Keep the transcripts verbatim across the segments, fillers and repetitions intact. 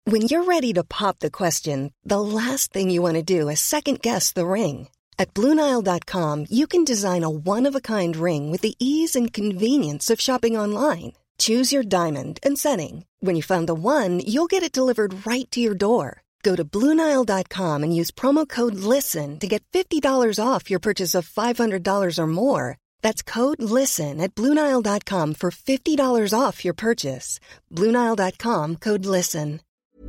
When you're ready to pop the question, the last thing you want to do is second-guess the ring. At Blue Nile dot com, you can design a one-of-a-kind ring with the ease and convenience of shopping online. Choose your diamond and setting. When you find the one, you'll get it delivered right to your door. Go to Blue Nile dot com and use promo code LISTEN to get fifty dollars off your purchase of five hundred dollars or more. That's code LISTEN at Blue Nile dot com for fifty dollars off your purchase. Blue Nile dot com, code LISTEN.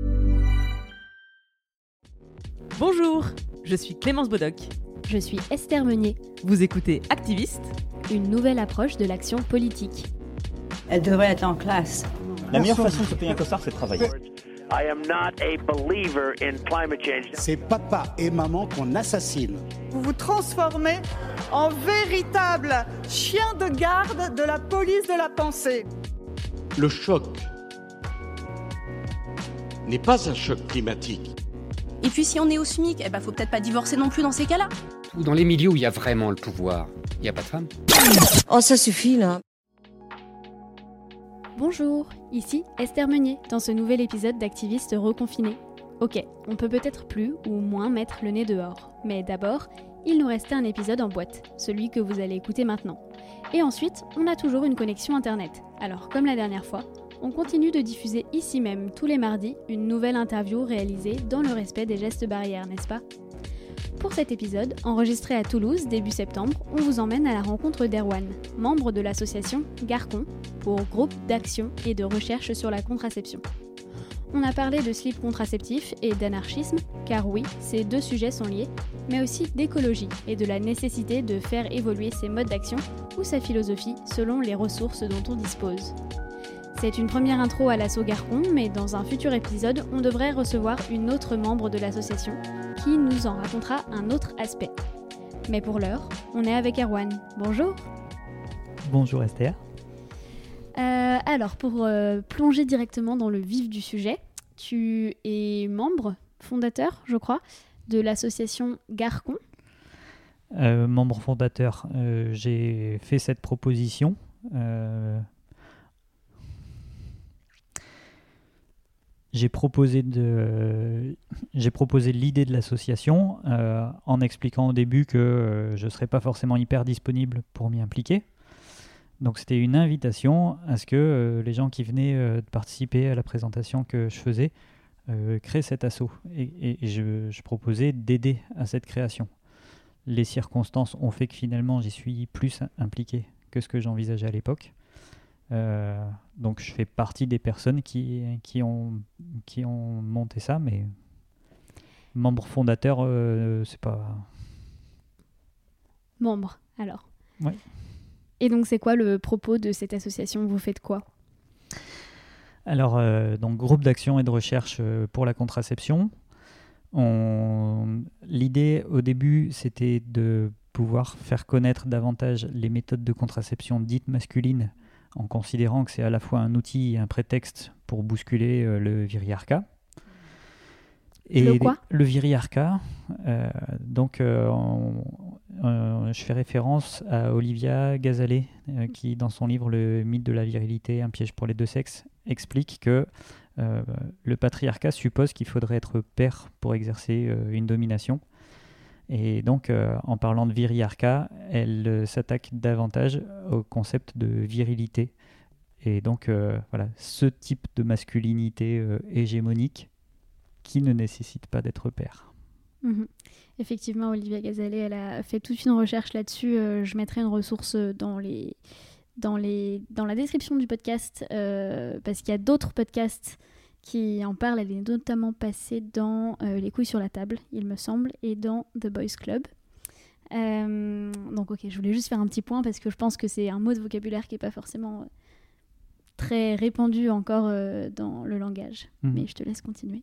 Bonjour, je suis Clémence Bodoc. Je suis Esther Meunier. Vous écoutez Activiste, une nouvelle approche de l'action politique. Elle devrait être en classe. La meilleure façon de se payer un costard, c'est de travailler. I am not a believer in climate change. C'est papa et maman qu'on assassine. Vous vous transformez en véritable chien de garde de la police de la pensée. Le choc n'est pas un choc climatique. Et puis si on est au SMIC, eh ben faut peut-être pas divorcer non plus dans ces cas-là. Dans les milieux où il y a vraiment le pouvoir, il n'y a pas de femmes. Oh, ça suffit là. Bonjour, ici Esther Meunier, dans ce nouvel épisode d'Activistes reconfinés. Ok, on peut peut-être plus ou moins mettre le nez dehors, mais d'abord, il nous restait un épisode en boîte, celui que vous allez écouter maintenant. Et ensuite, on a toujours une connexion internet. Alors, comme la dernière fois, on continue de diffuser ici même, tous les mardis, une nouvelle interview réalisée dans le respect des gestes barrières, n'est-ce pas ? Pour cet épisode, enregistré à Toulouse début septembre, on vous emmène à la rencontre d'Erwan, membre de l'association Garcon, pour Groupe d'action et de recherche sur la contraception. On a parlé de slip contraceptif et d'anarchisme, car oui, ces deux sujets sont liés, mais aussi d'écologie et de la nécessité de faire évoluer ses modes d'action ou sa philosophie selon les ressources dont on dispose. C'est une première intro à l'assaut Garcon, mais dans un futur épisode, on devrait recevoir une autre membre de l'association qui nous en racontera un autre aspect. Mais pour l'heure, on est avec Erwan. Bonjour. Bonjour Esther. Euh, alors, pour euh, plonger directement dans le vif du sujet, tu es membre, fondateur, je crois, de l'association Garcon. Euh, membre fondateur, euh, j'ai fait cette proposition. Euh, J'ai proposé, de, j'ai proposé l'idée de l'association euh, en expliquant au début que euh, je ne serais pas forcément hyper disponible pour m'y impliquer. Donc c'était une invitation à ce que euh, les gens qui venaient euh, de participer à la présentation que je faisais euh, créent cet asso. Et, et, et je, je proposais d'aider à cette création. Les circonstances ont fait que finalement j'y suis plus impliqué que ce que j'envisageais à l'époque. Euh, donc je fais partie des personnes qui, qui, ont, qui ont monté ça, mais membre fondateur, euh, c'est pas... Membre, alors. Oui. Et donc c'est quoi le propos de cette association ? Vous faites quoi ? Alors, euh, donc groupe d'action et de recherche pour la contraception. On... L'idée au début, c'était de pouvoir faire connaître davantage les méthodes de contraception dites masculines, en considérant que c'est à la fois un outil et un prétexte pour bousculer euh, le viriarcat. Et le quoi ? Le viriarcat, euh, donc euh, on, on, je fais référence à Olivia Gazalet, euh, qui dans son livre « Le mythe de la virilité, un piège pour les deux sexes » explique que euh, le patriarcat suppose qu'il faudrait être père pour exercer euh, une domination. Et donc, euh, en parlant de viriarcat, elle euh, s'attaque davantage au concept de virilité. Et donc, euh, voilà, ce type de masculinité euh, hégémonique qui ne nécessite pas d'être père. Mmh. Effectivement, Olivia Gazalet, elle a fait toute une recherche là-dessus. Euh, je mettrai une ressource dans, les, dans, les, dans la description du podcast, euh, parce qu'il y a d'autres podcasts qui en parle. Elle est notamment passée dans euh, Les couilles sur la table, il me semble, et dans The Boys Club. Euh, donc ok, je voulais juste faire un petit point parce que je pense que c'est un mot de vocabulaire qui n'est pas forcément euh, très répandu encore euh, dans le langage. Mmh. Mais je te laisse continuer.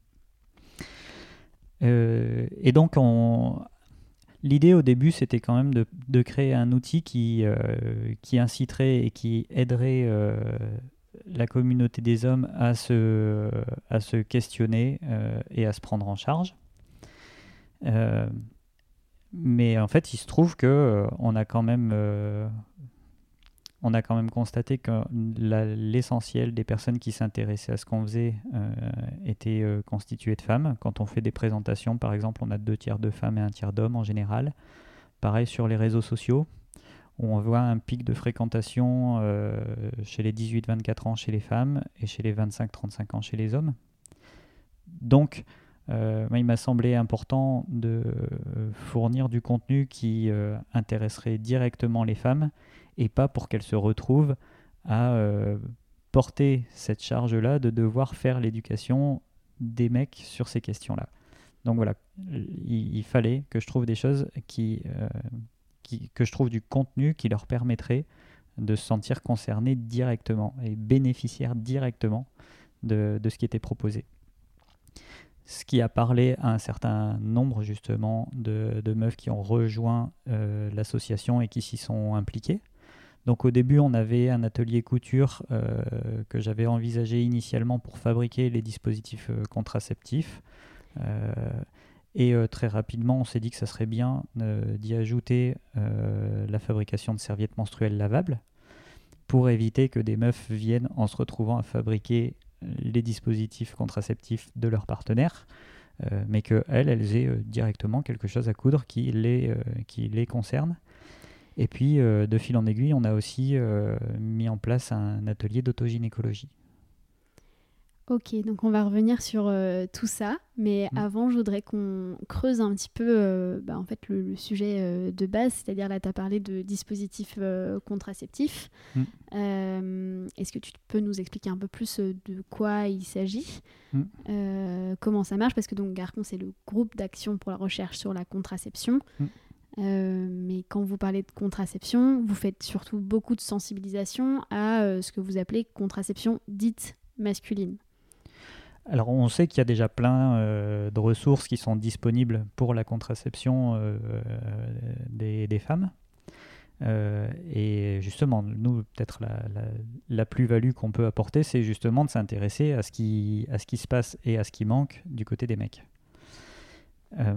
Euh, et donc, on... l'idée au début, c'était quand même de, de créer un outil qui, euh, qui inciterait et qui aiderait euh, la communauté des hommes à se, à se questionner euh, et à se prendre en charge. Euh, mais en fait, il se trouve qu'on euh, a quand même... Euh, on a quand même constaté que la, l'essentiel des personnes qui s'intéressaient à ce qu'on faisait euh, étaient euh, constituées de femmes. Quand on fait des présentations, par exemple, on a deux tiers de femmes et un tiers d'hommes en général. Pareil sur les réseaux sociaux, où on voit un pic de fréquentation euh, chez les dix-huit vingt-quatre ans chez les femmes et chez les vingt-cinq trente-cinq ans chez les hommes. Donc, euh, il m'a semblé important de euh, fournir du contenu qui euh, intéresserait directement les femmes et pas pour qu'elles se retrouvent à euh, porter cette charge-là de devoir faire l'éducation des mecs sur ces questions-là. Donc voilà, il, il fallait que je trouve des choses qui, euh, qui, que je trouve du contenu qui leur permettrait de se sentir concernés directement et bénéficiaires directement de, de ce qui était proposé. Ce qui a parlé à un certain nombre justement de, de meufs qui ont rejoint euh, l'association et qui s'y sont impliquées. Donc au début, on avait un atelier couture euh, que j'avais envisagé initialement pour fabriquer les dispositifs euh, contraceptifs. Euh, et euh, très rapidement, on s'est dit que ça serait bien euh, d'y ajouter euh, la fabrication de serviettes menstruelles lavables pour éviter que des meufs viennent en se retrouvant à fabriquer les dispositifs contraceptifs de leurs partenaires, euh, mais qu'elles, elles aient euh, directement quelque chose à coudre qui les, euh, qui les concerne. Et puis, euh, de fil en aiguille, on a aussi euh, mis en place un atelier d'autogynécologie. Ok, donc on va revenir sur euh, tout ça, mais mmh. avant, je voudrais qu'on creuse un petit peu euh, bah, en fait, le, le sujet euh, de base, c'est-à-dire là, tu as parlé de dispositifs euh, contraceptifs. Mmh. Euh, est-ce que tu peux nous expliquer un peu plus euh, de quoi il s'agit, mmh. euh, comment ça marche? Parce que donc GARCON, c'est le groupe d'action pour la recherche sur la contraception. Mmh. Euh, mais quand vous parlez de contraception, vous faites surtout beaucoup de sensibilisation à euh, ce que vous appelez contraception dite masculine. Alors on sait qu'il y a déjà plein euh, de ressources qui sont disponibles pour la contraception euh, des, des femmes. Euh, et justement, nous, peut-être la, la, la plus-value qu'on peut apporter, c'est justement de s'intéresser à ce qui, à ce qui se passe et à ce qui manque du côté des mecs. Euh,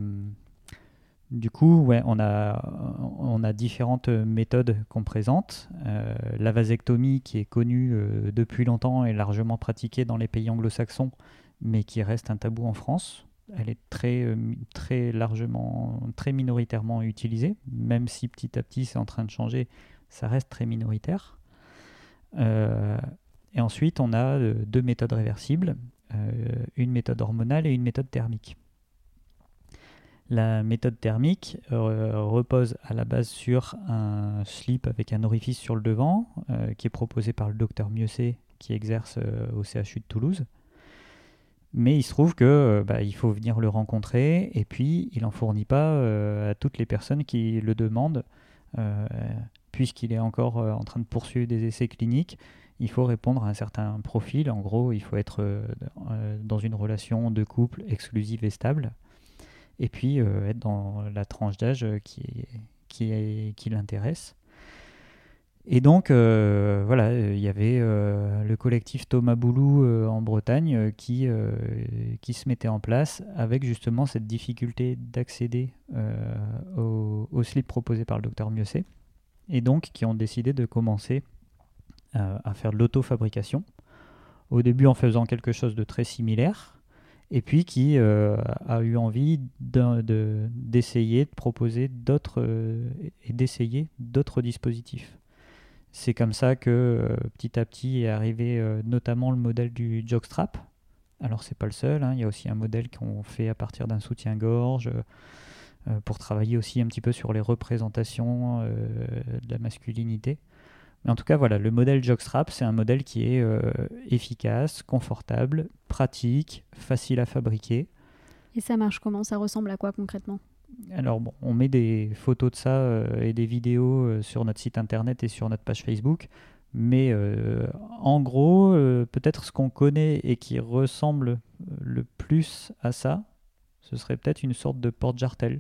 Du coup, ouais, on a, on a différentes méthodes qu'on présente. Euh, la vasectomie, qui est connue euh, depuis longtemps et largement pratiquée dans les pays anglo-saxons, mais qui reste un tabou en France. Elle est très, euh, très largement, très minoritairement utilisée, même si petit à petit c'est en train de changer, ça reste très minoritaire. Euh, et ensuite, on a euh, deux méthodes réversibles, euh, une méthode hormonale et une méthode thermique. La méthode thermique euh, repose à la base sur un slip avec un orifice sur le devant, euh, qui est proposé par le docteur Mieuxet, qui exerce euh, au C H U de Toulouse. Mais il se trouve que euh, bah, il faut venir le rencontrer, et puis il n'en fournit pas euh, à toutes les personnes qui le demandent, euh, puisqu'il est encore euh, en train de poursuivre des essais cliniques. Il faut répondre à un certain profil. En gros, il faut être euh, dans une relation de couple exclusive et stable. Et puis euh, être dans la tranche d'âge qui, est, qui, est, qui l'intéresse. Et donc, euh, voilà, il y avait euh, le collectif Thomas Boulou euh, en Bretagne euh, qui, euh, qui se mettait en place avec justement cette difficulté d'accéder euh, au, au slip proposé par le docteur Mieuxet. Et donc, qui ont décidé de commencer euh, à faire de l'autofabrication. Au début, en faisant quelque chose de très similaire. Et puis qui euh, a eu envie de, de, d'essayer de proposer d'autres euh, et d'essayer d'autres dispositifs. C'est comme ça que euh, petit à petit est arrivé euh, notamment le modèle du jockstrap. Alors c'est pas le seul, hein, il y a aussi un modèle qu'on fait à partir d'un soutien-gorge euh, pour travailler aussi un petit peu sur les représentations euh, de la masculinité. Mais en tout cas, voilà, le modèle jockstrap, c'est un modèle qui est euh, efficace, confortable, pratique, facile à fabriquer. Et ça marche comment? Ça ressemble à quoi concrètement? Alors bon, on met des photos de ça euh, et des vidéos euh, sur notre site internet et sur notre page Facebook. Mais euh, en gros, euh, peut-être ce qu'on connaît et qui ressemble le plus à ça, ce serait peut-être une sorte de porte-jartel.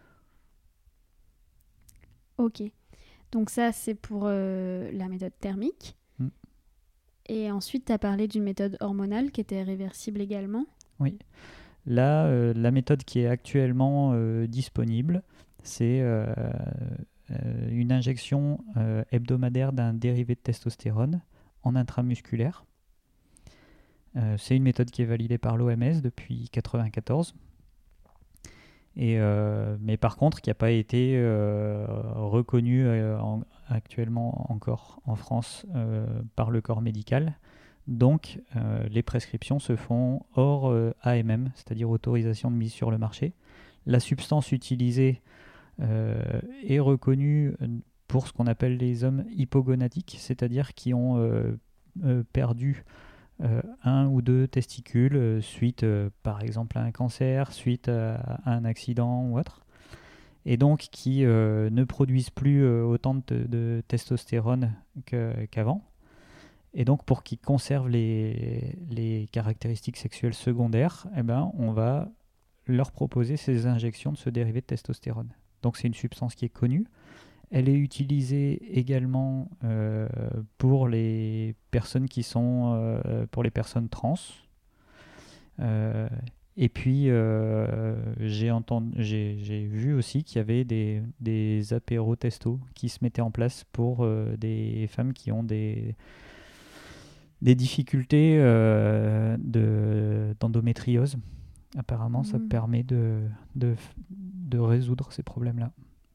Ok. Donc ça, c'est pour euh, la méthode thermique. Mm. Et ensuite, tu as parlé d'une méthode hormonale qui était réversible également. Oui. Là, euh, la méthode qui est actuellement euh, disponible, c'est euh, euh, une injection euh, hebdomadaire d'un dérivé de testostérone en intramusculaire. Euh, c'est une méthode qui est validée par l'O M S depuis mille neuf cent quatre-vingt-quatorze. Et, euh, mais par contre, qui n'a pas été euh, reconnue euh, en, actuellement encore en France euh, par le corps médical. Donc, euh, les prescriptions se font hors euh, A M M, c'est-à-dire autorisation de mise sur le marché. La substance utilisée euh, est reconnue pour ce qu'on appelle les hommes hypogonadiques, c'est-à-dire qui ont euh, euh, perdu Euh, un ou deux testicules euh, suite euh, par exemple à un cancer, suite à, à un accident ou autre, et donc qui euh, ne produisent plus euh, autant de, de testostérone que, qu'avant, et donc pour qu'ils conservent les, les caractéristiques sexuelles secondaires, eh ben, on va leur proposer ces injections de ce dérivé de testostérone. Donc c'est une substance qui est connue. Elle est utilisée également euh, pour les personnes qui sont euh, pour les personnes trans. Euh, et puis euh, j'ai entendu, j'ai, j'ai vu aussi qu'il y avait des, des apéro-testos qui se mettaient en place pour euh, des femmes qui ont des, des difficultés euh, de, d'endométriose. Apparemment, mmh. ça permet de, de, de résoudre ces problèmes-là.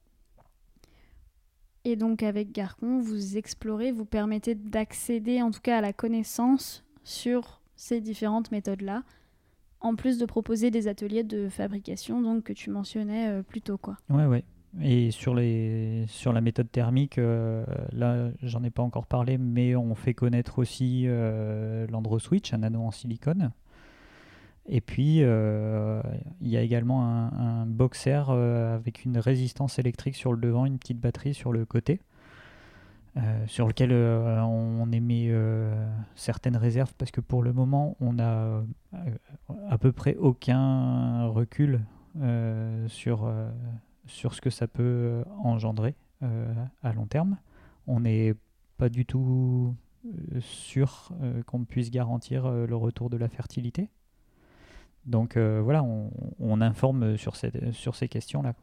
Et donc avec Garcon, vous explorez, vous permettez d'accéder en tout cas à la connaissance sur ces différentes méthodes-là, en plus de proposer des ateliers de fabrication donc, que tu mentionnais euh, plus tôt, quoi. Ouais, ouais. Et sur, les, sur la méthode thermique, euh, là, j'en ai pas encore parlé, mais on fait connaître aussi euh, l'AndroSwitch, un anneau en silicone. Et puis, euh, il y a également un, un boxer euh, avec une résistance électrique sur le devant, une petite batterie sur le côté, euh, sur lequel euh, on émet euh, certaines réserves, parce que pour le moment, on n'a euh, à peu près aucun recul euh, sur, euh, sur ce que ça peut engendrer euh, à long terme. On n'est pas du tout euh, sûr euh, qu'on puisse garantir euh, le retour de la fertilité. Donc euh, voilà, on, on informe sur, cette, sur ces questions-là.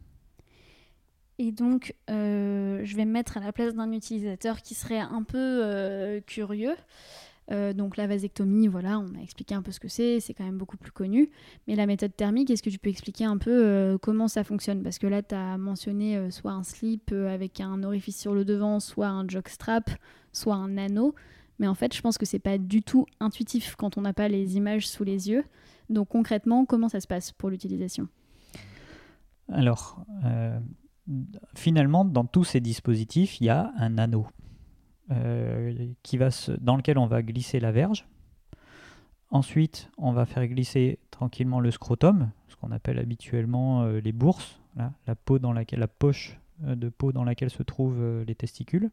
Et donc, euh, je vais me mettre à la place d'un utilisateur qui serait un peu euh, curieux. Euh, donc la vasectomie, voilà, on a expliqué un peu ce que c'est, c'est quand même beaucoup plus connu. Mais la méthode thermique, est-ce que tu peux expliquer un peu euh, comment ça fonctionne ? Parce que là, tu as mentionné euh, soit un slip euh, avec un orifice sur le devant, soit un jockstrap, soit un anneau. Mais en fait, je pense que c'est pas du tout intuitif quand on n'a pas les images sous les yeux. Donc concrètement, comment ça se passe pour l'utilisation ? Alors, euh, finalement, dans tous ces dispositifs, il y a un anneau euh, qui va se, dans lequel on va glisser la verge. Ensuite, on va faire glisser tranquillement le scrotum, ce qu'on appelle habituellement euh, les bourses, là, la peau dans laquelle, la poche euh, de peau dans laquelle se trouvent euh, les testicules.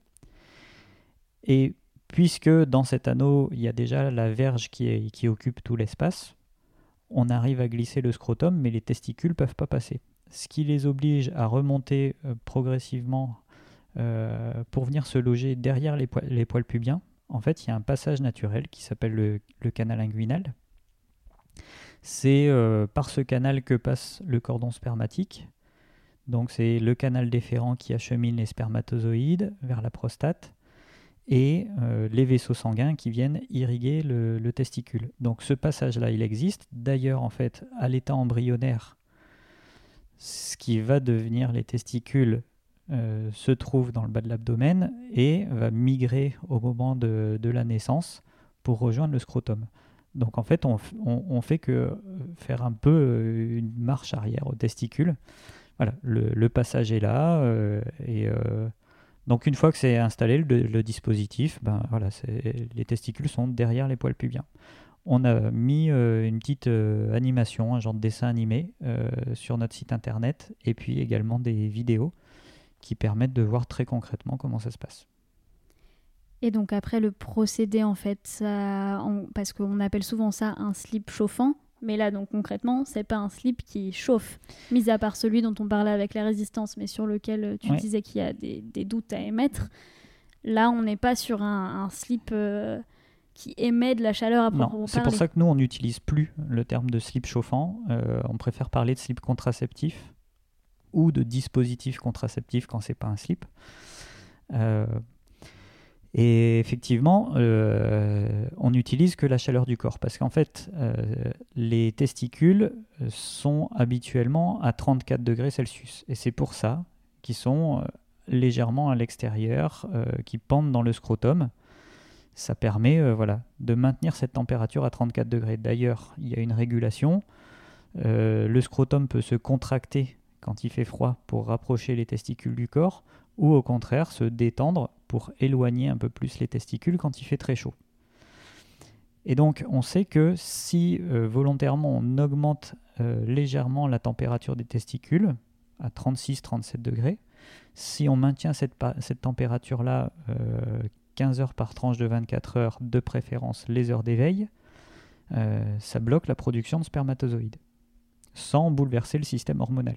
Et puisque dans cet anneau, il y a déjà la verge qui, est, qui occupe tout l'espace, on arrive à glisser le scrotum, mais les testicules ne peuvent pas passer. Ce qui les oblige à remonter euh, progressivement euh, pour venir se loger derrière les, po- les poils pubiens. En fait, il y a un passage naturel qui s'appelle le, le canal inguinal. C'est euh, par ce canal que passe le cordon spermatique. Donc c'est le canal déférent qui achemine les spermatozoïdes vers la prostate, et euh, les vaisseaux sanguins qui viennent irriguer le, le testicule. Donc ce passage-là, il existe. D'ailleurs, en fait, à l'état embryonnaire, ce qui va devenir les testicules euh, se trouve dans le bas de l'abdomen et va migrer au moment de, de la naissance pour rejoindre le scrotum. Donc en fait, on, on, on fait que faire un peu une marche arrière au testicule. Voilà, le, le passage est là euh, et... Euh, Donc une fois que c'est installé, le, le dispositif, ben voilà, c'est, les testicules sont derrière les poils pubiens. On a mis euh, une petite euh, animation, un genre de dessin animé euh, sur notre site internet, et puis également des vidéos qui permettent de voir très concrètement comment ça se passe. Et donc après le procédé, en fait, ça, on, parce qu'on appelle souvent ça un slip chauffant, mais là donc concrètement, c'est pas un slip qui chauffe, mis à part celui dont on parlait avec la résistance, mais sur lequel tu ouais. disais qu'il y a des, des doutes à émettre. Là, on n'est pas sur un, un slip euh, qui émet de la chaleur à proprement parler. Non, c'est pour ça que nous, on n'utilise plus le terme de slip chauffant. Euh, on préfère parler de slip contraceptif ou de dispositif contraceptif quand c'est pas un slip. Euh, et effectivement, euh, on n'utilise que la chaleur du corps parce qu'en fait, euh, les testicules sont habituellement à trente-quatre degrés Celsius et c'est pour ça qu'ils sont euh, légèrement à l'extérieur, euh, qui pendent dans le scrotum. Ça permet euh, voilà, de maintenir cette température à trente-quatre degrés. D'ailleurs, il y a une régulation. Euh, le scrotum peut se contracter quand il fait froid pour rapprocher les testicules du corps, ou au contraire se détendre pour éloigner un peu plus les testicules quand il fait très chaud. Et donc on sait que si euh, volontairement on augmente euh, légèrement la température des testicules à trente-six à trente-sept degrés, si on maintient cette, pa- cette température-là euh, quinze heures par tranche de vingt-quatre heures, de préférence les heures d'éveil, euh, ça bloque la production de spermatozoïdes, sans bouleverser le système hormonal.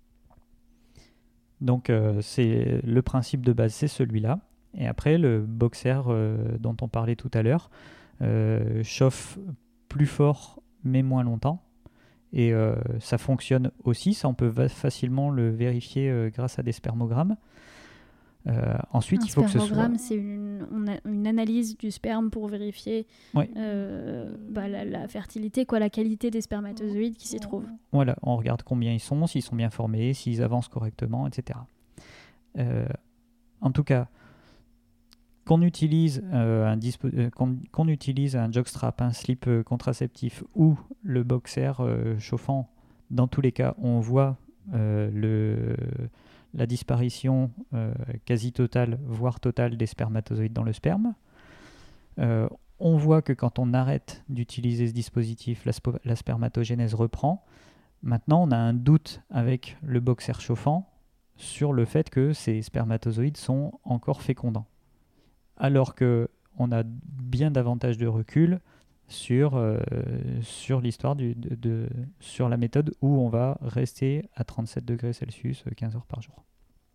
Donc euh, c'est le principe de base, c'est celui-là. Et après, le boxer euh, dont on parlait tout à l'heure euh, chauffe plus fort mais moins longtemps. Et euh, ça fonctionne aussi, ça on peut va- facilement le vérifier euh, grâce à des spermogrammes. Euh, ensuite, un il faut que ce soit... spermogramme, c'est une, on a une analyse du sperme pour vérifier oui. euh, bah, la, la fertilité, quoi, la qualité des spermatozoïdes qui s'y trouvent. Voilà, on regarde combien ils sont, s'ils sont bien formés, s'ils avancent correctement, et cetera. Euh, en tout cas, qu'on utilise, euh, un, dispo- euh, qu'on, qu'on utilise un jockstrap, un slip euh, contraceptif ou le boxer euh, chauffant, dans tous les cas, on voit euh, le... la disparition euh, quasi totale, voire totale des spermatozoïdes dans le sperme. Euh, on voit que quand on arrête d'utiliser ce dispositif, la, spo- la spermatogénèse reprend. Maintenant, on a un doute avec le boxer chauffant sur le fait que ces spermatozoïdes sont encore fécondants. Alors qu'on a bien davantage de recul sur, euh, sur l'histoire du, de, de, sur la méthode où on va rester à trente-sept degrés Celsius quinze heures par jour.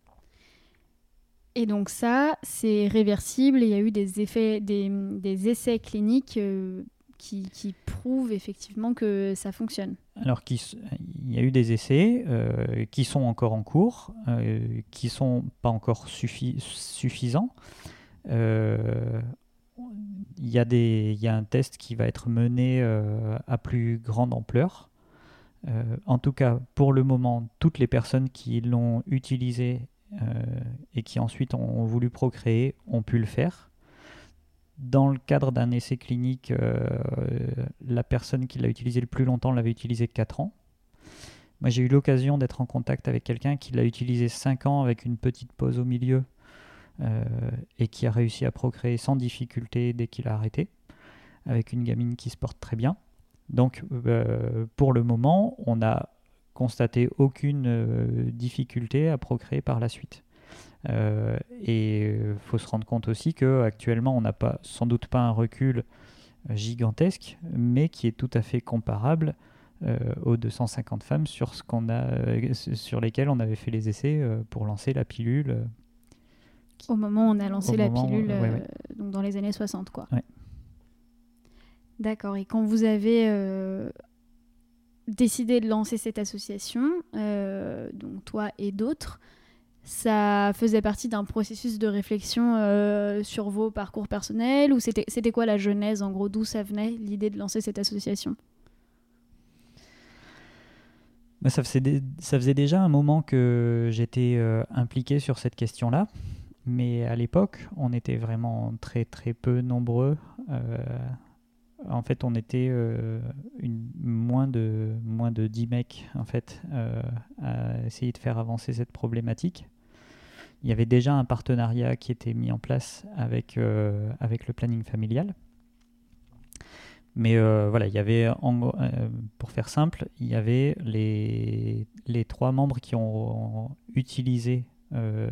Et donc ça, c'est réversible. Il y a eu des effets, des, des essais cliniques euh, qui, qui prouvent effectivement que ça fonctionne. Alors, qui, il y a eu des essais euh, qui sont encore en cours, euh, qui ne sont pas encore suffi- suffisants. Euh, il y a des, il y a un test qui va être mené euh, à plus grande ampleur. Euh, en tout cas, pour le moment, toutes les personnes qui l'ont utilisé euh, et qui ensuite ont voulu procréer ont pu le faire. Dans le cadre d'un essai clinique, euh, la personne qui l'a utilisé le plus longtemps l'avait utilisé quatre ans. Moi, j'ai eu l'occasion d'être en contact avec quelqu'un qui l'a utilisé cinq ans avec une petite pause au milieu euh, et qui a réussi à procréer sans difficulté dès qu'il a arrêté, avec une gamine qui se porte très bien. Donc, euh, pour le moment, on n'a constaté aucune euh, difficulté à procréer par la suite. Euh, et il faut se rendre compte aussi qu'actuellement, on n'a pas, sans doute pas un recul gigantesque, mais qui est tout à fait comparable euh, aux deux cent cinquante femmes sur, ce qu'on a, euh, sur lesquelles on avait fait les essais euh, pour lancer la pilule. Euh, qui, Au moment où on a lancé la moment, pilule, euh, ouais, ouais. Euh, donc dans les années soixante, quoi. Ouais. D'accord. Et quand vous avez euh, décidé de lancer cette association, euh, donc toi et d'autres, ça faisait partie d'un processus de réflexion euh, sur vos parcours personnels, ou c'était, c'était quoi la genèse, en gros, d'où ça venait, l'idée de lancer cette association ? Bah, ça, faisait dé- ça faisait déjà un moment que j'étais euh, impliqué sur cette question-là, mais à l'époque, on était vraiment très très peu nombreux. Euh, en fait, on était euh, une, moins, de, moins de dix mecs en fait, euh, à essayer de faire avancer cette problématique. Il y avait déjà un partenariat qui était mis en place avec, euh, avec le planning familial. Mais euh, voilà, il y avait, en, euh, pour faire simple, il y avait les, les trois membres qui ont utilisé... Euh,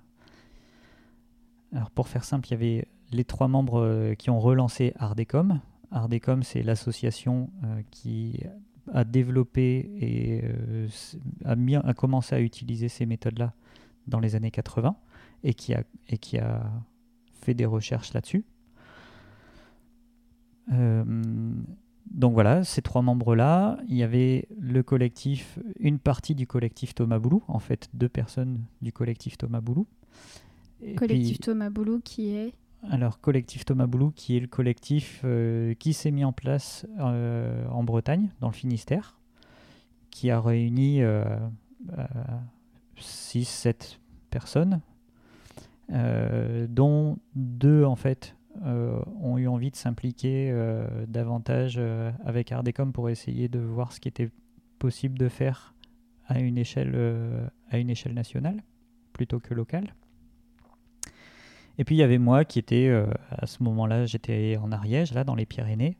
alors pour faire simple, il y avait les trois membres euh, qui ont relancé Ardecom. Ardecom, c'est l'association euh, qui a développé et euh, a, mis, a commencé à utiliser ces méthodes-là dans les années quatre-vingts et qui a, et qui a fait des recherches là-dessus. Euh, donc voilà, ces trois membres-là, il y avait le collectif, une partie du collectif Thomas Boulou, en fait deux personnes du collectif Thomas Boulou. Et collectif puis, Thomas Boulou qui est alors, collectif Thomas Boulou, qui est le collectif euh, qui s'est mis en place euh, en Bretagne, dans le Finistère, qui a réuni euh, euh, six sept personnes, euh, dont deux, en fait, euh, ont eu envie de s'impliquer euh, davantage euh, avec Ardecom pour essayer de voir ce qui était possible de faire à une échelle, euh, à une échelle nationale, plutôt que locale. Et puis il y avait moi qui était, euh, à ce moment-là, j'étais en Ariège, là, dans les Pyrénées.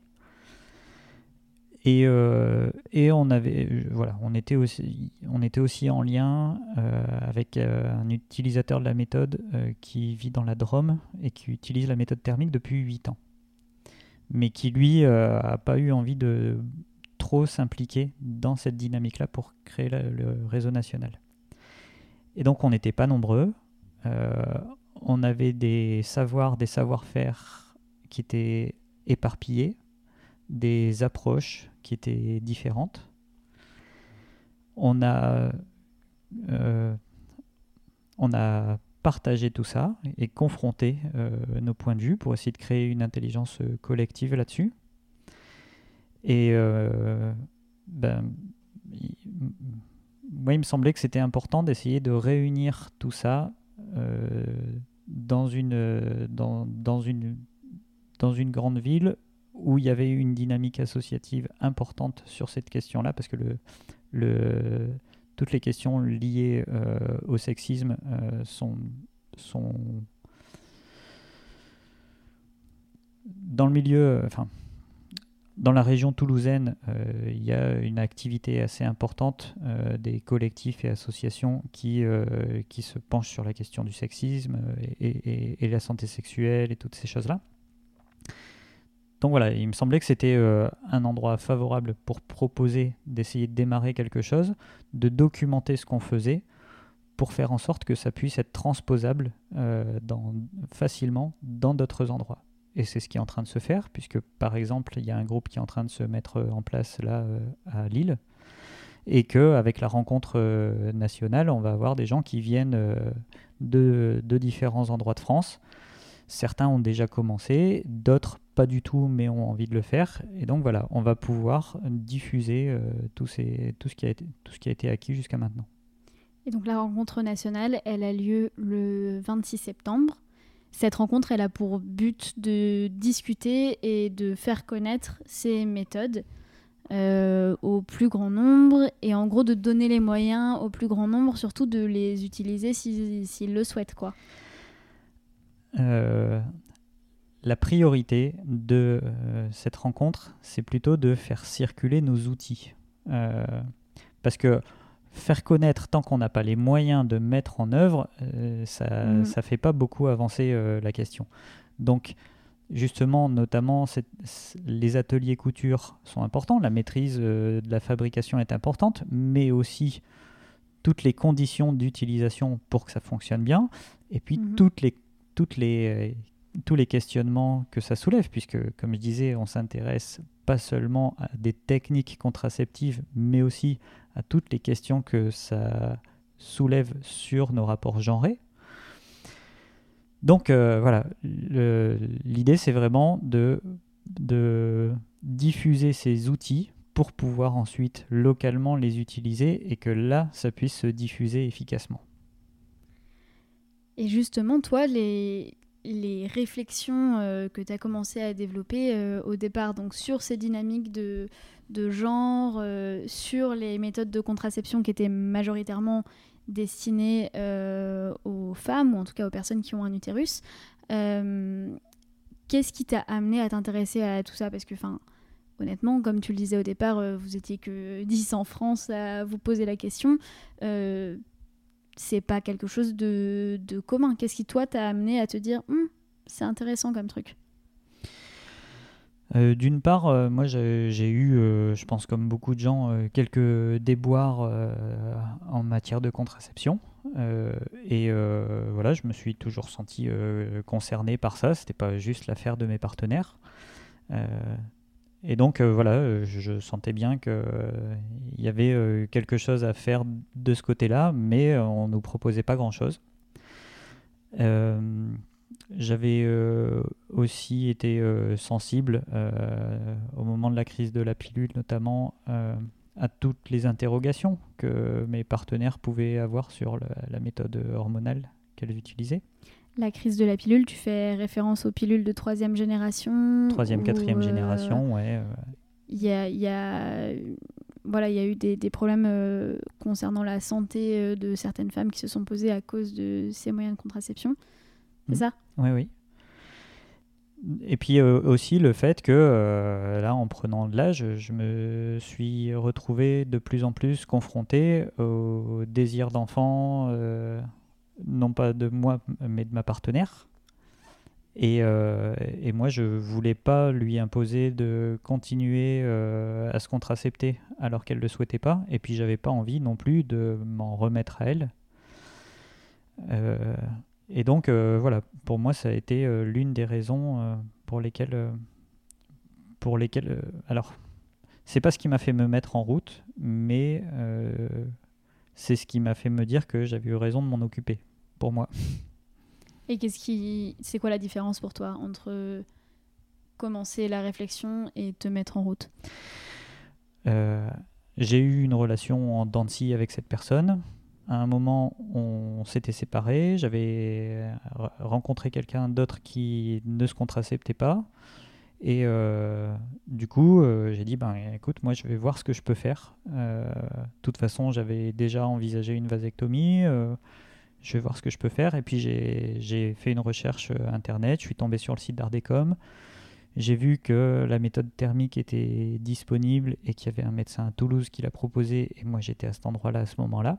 Et, euh, et on, avait, voilà, on, était aussi, on était aussi en lien euh, avec euh, un utilisateur de la méthode euh, qui vit dans la Drôme et qui utilise la méthode thermique depuis huit ans. Mais qui, lui, n'a euh, pas eu envie de trop s'impliquer dans cette dynamique-là pour créer la, le réseau national. Et donc on n'était pas nombreux. Euh, On avait des savoirs, des savoir-faire qui étaient éparpillés, des approches qui étaient différentes. On a, euh, on a partagé tout ça et confronté euh, nos points de vue pour essayer de créer une intelligence collective là-dessus. Et euh, ben, il, moi, il me semblait que c'était important d'essayer de réunir tout ça euh, dans une, dans, dans, une, dans une grande ville où il y avait une dynamique associative importante sur cette question-là, parce que le, le, toutes les questions liées euh, au sexisme euh, sont, sont dans le milieu, enfin, dans la région toulousaine, euh, il y a une activité assez importante euh, des collectifs et associations qui, euh, qui se penchent sur la question du sexisme et, et, et la santé sexuelle et toutes ces choses-là. Donc voilà, il me semblait que c'était euh, un endroit favorable pour proposer d'essayer de démarrer quelque chose, de documenter ce qu'on faisait pour faire en sorte que ça puisse être transposable euh, dans, facilement dans d'autres endroits. Et c'est ce qui est en train de se faire, puisque par exemple, il y a un groupe qui est en train de se mettre en place là euh, à Lille, et qu'avec la rencontre euh, nationale, on va avoir des gens qui viennent euh, de, de différents endroits de France. Certains ont déjà commencé, d'autres pas du tout, mais ont envie de le faire. Et donc voilà, on va pouvoir diffuser euh, tout, ces, tout, ce qui a été, tout ce qui a été acquis jusqu'à maintenant. Et donc la rencontre nationale, elle a lieu le vingt-six septembre. Cette rencontre, elle a pour but de discuter et de faire connaître ces méthodes euh, au plus grand nombre et en gros de donner les moyens au plus grand nombre, surtout de les utiliser s'ils, s'ils le souhaitent, quoi. Euh, la priorité de euh, cette rencontre, c'est plutôt de faire circuler nos outils. Euh, parce que faire connaître, tant qu'on n'a pas les moyens de mettre en œuvre, euh, ça ne mmh. fait pas beaucoup avancer euh, la question. Donc, justement, notamment, c'est, c'est, les ateliers couture sont importants, la maîtrise euh, de la fabrication est importante, mais aussi toutes les conditions d'utilisation pour que ça fonctionne bien, et puis mmh. toutes les, toutes les, euh, tous les questionnements que ça soulève, puisque, comme je disais, on s'intéresse pas seulement à des techniques contraceptives, mais aussi à toutes les questions que ça soulève sur nos rapports genrés. Donc euh, voilà, le, l'idée c'est vraiment de, de diffuser ces outils pour pouvoir ensuite localement les utiliser et que là, ça puisse se diffuser efficacement. Et justement, toi, les, les réflexions euh, que tu as commencé à développer euh, au départ, donc sur ces dynamiques de, de genre, euh, sur les méthodes de contraception qui étaient majoritairement destinées euh, aux femmes, ou en tout cas aux personnes qui ont un utérus, euh, qu'est-ce qui t'a amené à t'intéresser à tout ça ? Parce que, enfin, honnêtement, comme tu le disais au départ, euh, vous étiez que dix en France à vous poser la question. Euh, c'est pas quelque chose de, de commun. Qu'est-ce qui, toi, t'a amené à te dire hm, c'est intéressant comme truc ? Euh, d'une part, euh, moi j'ai, j'ai eu, euh, je pense comme beaucoup de gens, euh, quelques déboires euh, en matière de contraception. Euh, et euh, voilà, je me suis toujours senti euh, concerné par ça. C'était pas juste l'affaire de mes partenaires. Euh, et donc euh, voilà, euh, je, je sentais bien qu'il euh, y avait euh, quelque chose à faire de ce côté-là, mais euh, on ne nous proposait pas grand-chose. Euh, j'avais euh, aussi été euh, sensible euh, au moment de la crise de la pilule, notamment euh, à toutes les interrogations que mes partenaires pouvaient avoir sur le, la méthode hormonale qu'elles utilisaient. La crise de la pilule, tu fais référence aux pilules de troisième génération Troisième, ou, quatrième euh, génération, ouais. Il y a, y a, voilà, il y a eu des, des problèmes euh, concernant la santé euh, de certaines femmes qui se sont posés à cause de ces moyens de contraception. C'est mmh. ça ? Oui, oui. Et puis euh, aussi le fait que, euh, là, en prenant de l'âge, je me suis retrouvé de plus en plus confronté au désir d'enfant, euh, non pas de moi, mais de ma partenaire. Et, euh, et moi, je ne voulais pas lui imposer de continuer euh, à se contracepter alors qu'elle ne le souhaitait pas. Et puis, je n'avais pas envie non plus de m'en remettre à elle. Euh, et donc, euh, voilà, pour moi, ça a été euh, l'une des raisons euh, pour lesquelles... Euh, pour lesquelles euh, alors, c'est pas ce qui m'a fait me mettre en route, mais euh, c'est ce qui m'a fait me dire que j'avais eu raison de m'en occuper, pour moi. Et qu'est-ce qui, c'est quoi la différence pour toi entre commencer la réflexion et te mettre en route ? euh, J'ai eu une relation en dents de scie avec cette personne. À un moment, on s'était séparés. J'avais rencontré quelqu'un d'autre qui ne se contraceptait pas. Et euh, du coup, euh, j'ai dit, ben, écoute, moi, je vais voir ce que je peux faire. Euh, de toute façon, j'avais déjà envisagé une vasectomie. Euh, je vais voir ce que je peux faire. Et puis, j'ai, j'ai fait une recherche Internet. Je suis tombé sur le site d'Ardecom. J'ai vu que la méthode thermique était disponible et qu'il y avait un médecin à Toulouse qui l'a proposé. Et moi, j'étais à cet endroit-là à ce moment-là.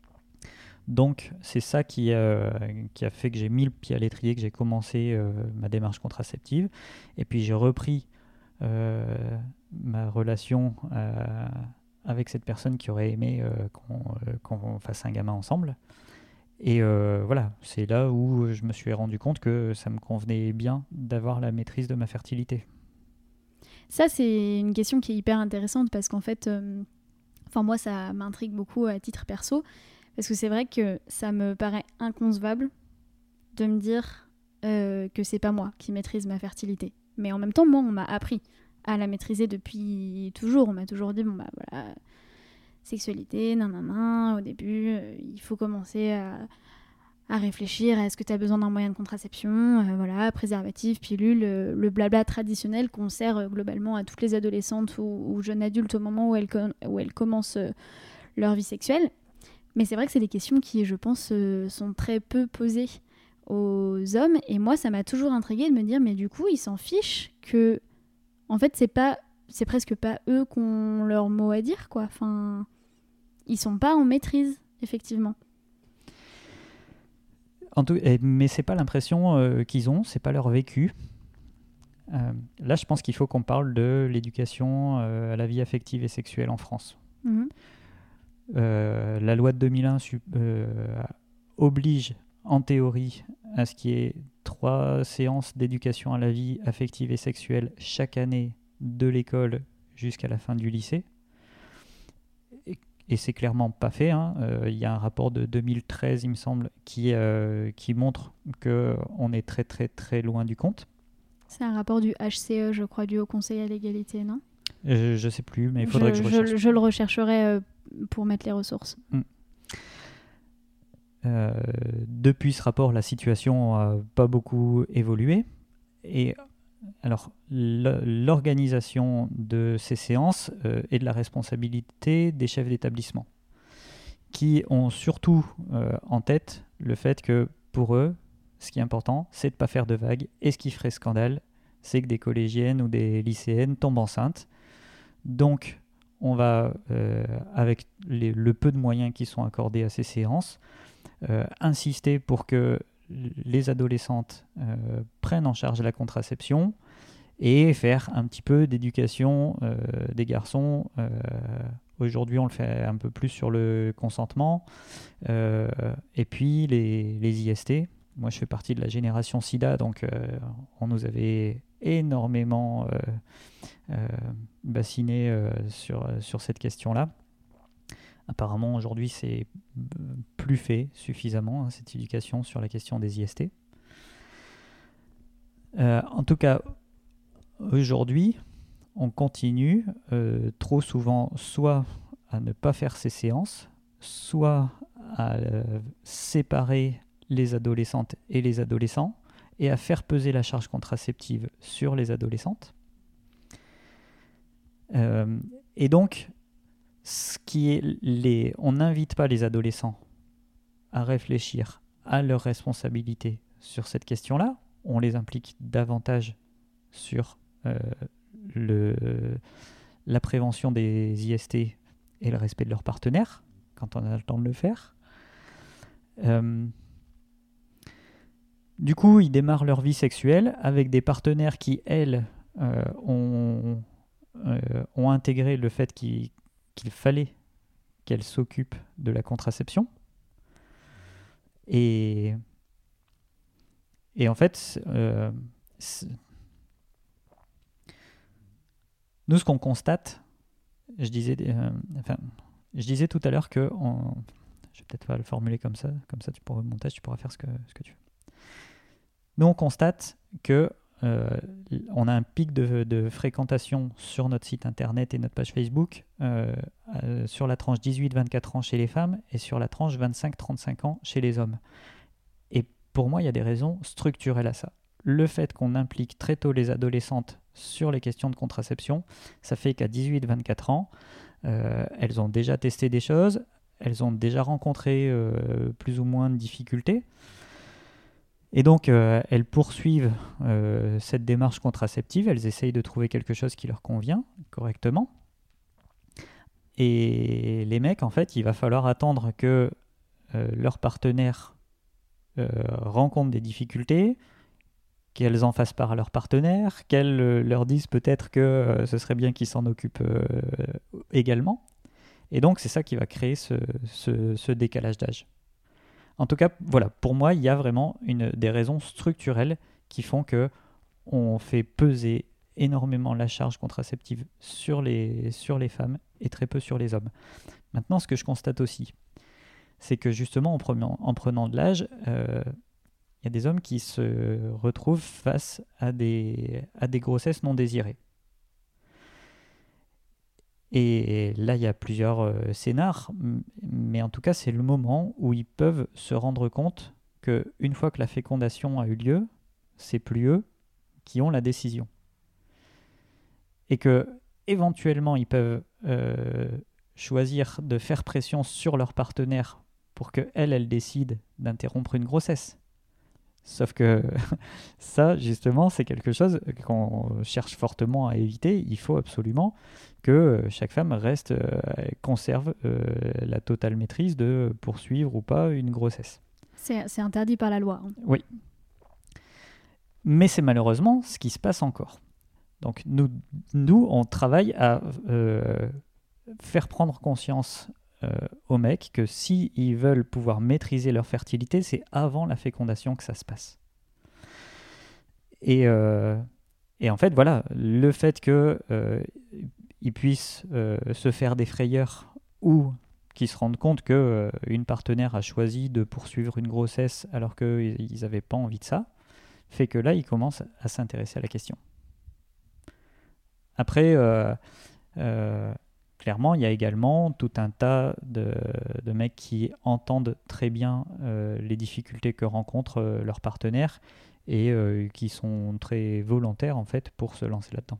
Donc, c'est ça qui a, qui a fait que j'ai mis le pied à l'étrier, que j'ai commencé euh, ma démarche contraceptive. Et puis, j'ai repris euh, ma relation euh, avec cette personne qui aurait aimé euh, qu'on, euh, qu'on fasse un gamin ensemble. Et euh, voilà, c'est là où je me suis rendu compte que ça me convenait bien d'avoir la maîtrise de ma fertilité. Ça, c'est une question qui est hyper intéressante parce qu'en fait, euh, enfin moi, ça m'intrigue beaucoup à titre perso. Parce que c'est vrai que ça me paraît inconcevable de me dire euh, que c'est pas moi qui maîtrise ma fertilité. Mais en même temps, moi, on m'a appris à la maîtriser depuis toujours. On m'a toujours dit, bon bah voilà, sexualité, nanana, au début, euh, il faut commencer à, à réfléchir à est-ce que tu as besoin d'un moyen de contraception, euh, voilà, préservatif, pilule, euh, le blabla traditionnel qu'on sert euh, globalement à toutes les adolescentes ou, ou jeunes adultes au moment où elles, où elles commencent euh, leur vie sexuelle. Mais c'est vrai que c'est des questions qui, je pense, euh, sont très peu posées aux hommes. Et moi, ça m'a toujours intriguée de me dire, mais du coup, ils s'en fichent que, en fait, c'est pas, c'est presque pas eux qui ont leur mot à dire, quoi. Enfin, ils sont pas en maîtrise, effectivement. En tout, mais c'est pas l'impression euh, qu'ils ont, c'est pas leur vécu. Euh, là, je pense qu'il faut qu'on parle de l'éducation euh, à la vie affective et sexuelle en France. Mmh. Euh, la loi de deux mille un euh, oblige en théorie à ce qu'il y ait trois séances d'éducation à la vie affective et sexuelle chaque année de l'école jusqu'à la fin du lycée. Et, et c'est clairement pas fait. Hein. Euh, il y a un rapport de deux mille treize, il me semble, qui, euh, qui montre qu'on est très très très loin du compte. C'est un rapport du H C E, je crois, du Haut Conseil à l'égalité, non ? Je, je sais plus, mais il faudrait je, que je recherche. Je, je le rechercherai euh, pour mettre les ressources. Mm. Euh, depuis ce rapport, la situation n'a pas beaucoup évolué. Et alors, l'organisation de ces séances euh, est de la responsabilité des chefs d'établissement, qui ont surtout euh, en tête le fait que pour eux, ce qui est important, c'est de ne pas faire de vagues. Et ce qui ferait scandale, c'est que des collégiennes ou des lycéennes tombent enceintes. Donc, on va, euh, avec les, le peu de moyens qui sont accordés à ces séances, euh, insister pour que les adolescentes euh, prennent en charge la contraception et faire un petit peu d'éducation euh, des garçons. Euh, aujourd'hui, on le fait un peu plus sur le consentement. Euh, et puis, les, les I S T. Moi, je fais partie de la génération SIDA, donc euh, on nous avait énormément euh, euh, bassiné euh, sur, sur cette question-là. Apparemment, aujourd'hui, c'est plus fait suffisamment, hein, cette éducation sur la question des I S T. Euh, en tout cas, aujourd'hui, on continue euh, trop souvent soit à ne pas faire ces séances, soit à euh, séparer les adolescentes et les adolescents et à faire peser la charge contraceptive sur les adolescentes. Euh, et donc, ce qui est les, on n'invite pas les adolescents à réfléchir à leurs responsabilités sur cette question-là. On les implique davantage sur euh, le, la prévention des I S T et le respect de leurs partenaires, quand on a le temps de le faire. Euh, du coup, ils démarrent leur vie sexuelle avec des partenaires qui, elles, euh, ont, euh, ont intégré le fait qu'ils qu'il fallait qu'elle s'occupe de la contraception. Et, et en fait, euh, nous, ce qu'on constate, je disais, euh, enfin, je disais tout à l'heure que, on, je vais peut-être pas le formuler comme ça, comme ça tu pourras, au montage, tu pourras faire ce que, ce que tu veux. Nous, on constate que Euh, on a un pic de, de fréquentation sur notre site internet et notre page Facebook euh, euh, sur la tranche dix-huit vingt-quatre ans chez les femmes et sur la tranche vingt-cinq trente-cinq ans chez les hommes. Et pour moi, il y a des raisons structurelles à ça. Le fait qu'on implique très tôt les adolescentes sur les questions de contraception, ça fait qu'à dix-huit vingt-quatre ans, euh, elles ont déjà testé des choses, elles ont déjà rencontré euh, plus ou moins de difficultés. Et donc, euh, elles poursuivent euh, cette démarche contraceptive, elles essayent de trouver quelque chose qui leur convient correctement. Et les mecs, en fait, il va falloir attendre que euh, leur partenaire euh, rencontre des difficultés, qu'elles en fassent part à leur partenaire, qu'elles euh, leur disent peut-être que euh, ce serait bien qu'ils s'en occupent euh, également. Et donc, c'est ça qui va créer ce, ce, ce décalage d'âge. En tout cas, voilà, pour moi, il y a vraiment une, des raisons structurelles qui font qu'on fait peser énormément la charge contraceptive sur les, sur les femmes et très peu sur les hommes. Maintenant, ce que je constate aussi, c'est que justement, en prenant, en prenant de l'âge, euh, il y a des hommes qui se retrouvent face à des, à des grossesses non désirées. Et là, il y a plusieurs euh, scénars, mais en tout cas, c'est le moment où ils peuvent se rendre compte qu'une fois que la fécondation a eu lieu, c'est plus eux qui ont la décision. Et que éventuellement, ils peuvent euh, choisir de faire pression sur leur partenaire pour qu'elle, elle décide d'interrompre une grossesse. Sauf que ça, justement, c'est quelque chose qu'on cherche fortement à éviter. Il faut absolument que chaque femme reste, euh, conserve euh, la totale maîtrise de poursuivre ou pas une grossesse. C'est, c'est interdit par la loi. Hein. Oui. Mais c'est malheureusement ce qui se passe encore. Donc nous, nous on travaille à euh, faire prendre conscience Euh, aux mecs que s'ils veulent pouvoir maîtriser leur fertilité, c'est avant la fécondation que ça se passe. Et, euh, et en fait, voilà, le fait qu'ils euh, puissent euh, se faire des frayeurs ou qu'ils se rendent compte qu'une euh, partenaire a choisi de poursuivre une grossesse alors qu'ils n'avaient pas envie de ça, fait que là, ils commencent à s'intéresser à la question. Après, euh, euh, clairement, il y a également tout un tas de, de mecs qui entendent très bien euh, les difficultés que rencontrent euh, leurs partenaires et euh, qui sont très volontaires en fait pour se lancer là-dedans.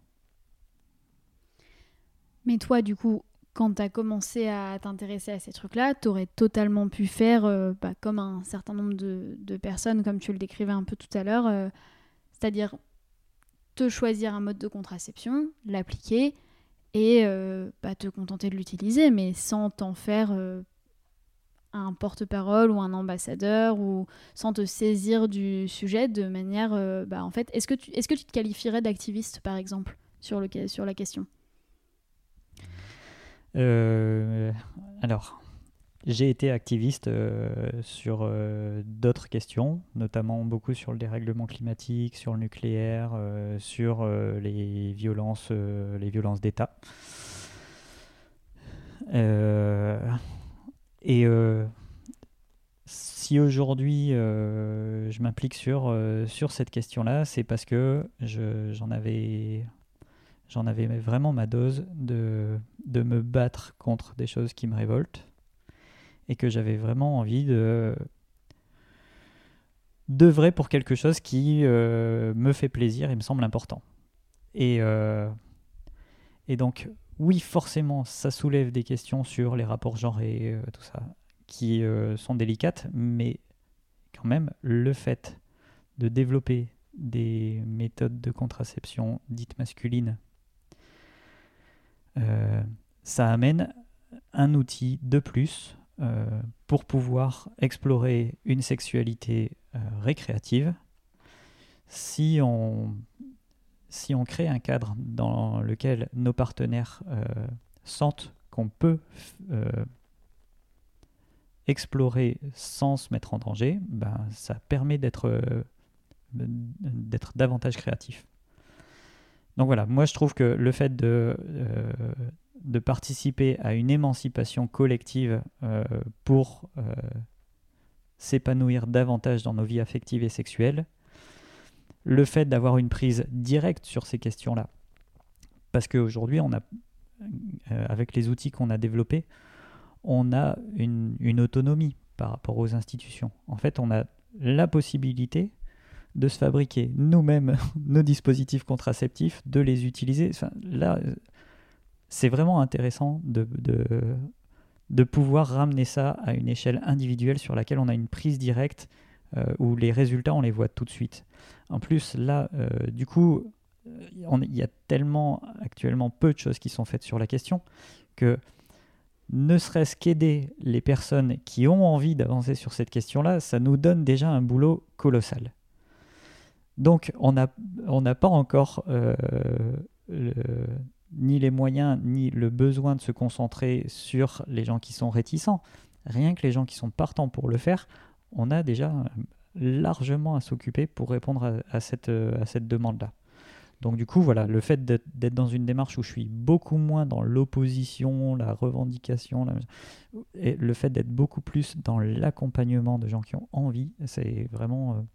Mais toi, du coup, quand tu as commencé à t'intéresser à ces trucs-là, tu aurais totalement pu faire euh, bah, comme un certain nombre de, de personnes, comme tu le décrivais un peu tout à l'heure, euh, c'est-à-dire te choisir un mode de contraception, l'appliquer, et euh, bah, te contenter de l'utiliser, mais sans t'en faire euh, un porte-parole ou un ambassadeur, ou sans te saisir du sujet de manière... Euh, bah, en fait, est-ce que, tu, est-ce que tu te qualifierais d'activiste, par exemple, sur, le, sur la question ? euh, Alors, j'ai été activiste euh, sur euh, d'autres questions, notamment beaucoup sur le dérèglement climatique, sur le nucléaire, euh, sur euh, les violences, euh, les violences d'État. Euh, et euh, si aujourd'hui euh, je m'implique sur, euh, sur cette question-là, c'est parce que je, j'en avais, j'en avais vraiment ma dose de, de me battre contre des choses qui me révoltent. Et que j'avais vraiment envie de d'œuvrer pour quelque chose qui euh, me fait plaisir et me semble important. Et, euh, et donc, oui, forcément, ça soulève des questions sur les rapports genrés, euh, tout ça, qui euh, sont délicates, mais quand même, le fait de développer des méthodes de contraception dites masculines, euh, ça amène un outil de plus Euh, pour pouvoir explorer une sexualité euh, récréative. Si on, si on crée un cadre dans lequel nos partenaires euh, sentent qu'on peut euh, explorer sans se mettre en danger, ben, ça permet d'être, euh, d'être davantage créatif. Donc voilà, moi je trouve que le fait de... Euh, de participer à une émancipation collective euh, pour euh, s'épanouir davantage dans nos vies affectives et sexuelles, le fait d'avoir une prise directe sur ces questions-là, parce qu'aujourd'hui, on a, euh, avec les outils qu'on a développés, on a une, une autonomie par rapport aux institutions. En fait, on a la possibilité de se fabriquer nous-mêmes nos dispositifs contraceptifs, de les utiliser. Enfin, là, c'est vraiment intéressant de, de, de pouvoir ramener ça à une échelle individuelle sur laquelle on a une prise directe euh, où les résultats, on les voit tout de suite. En plus, là, euh, du coup, il y a tellement actuellement peu de choses qui sont faites sur la question que ne serait-ce qu'aider les personnes qui ont envie d'avancer sur cette question-là, ça nous donne déjà un boulot colossal. Donc, on n'a on n'a pas encore euh, le... ni les moyens, ni le besoin de se concentrer sur les gens qui sont réticents. Rien que les gens qui sont partants pour le faire, on a déjà largement à s'occuper pour répondre à, à, cette, à cette demande-là. Donc du coup, voilà, le fait d'être, d'être dans une démarche où je suis beaucoup moins dans l'opposition, la revendication, la... et le fait d'être beaucoup plus dans l'accompagnement de gens qui ont envie, c'est vraiment... Euh,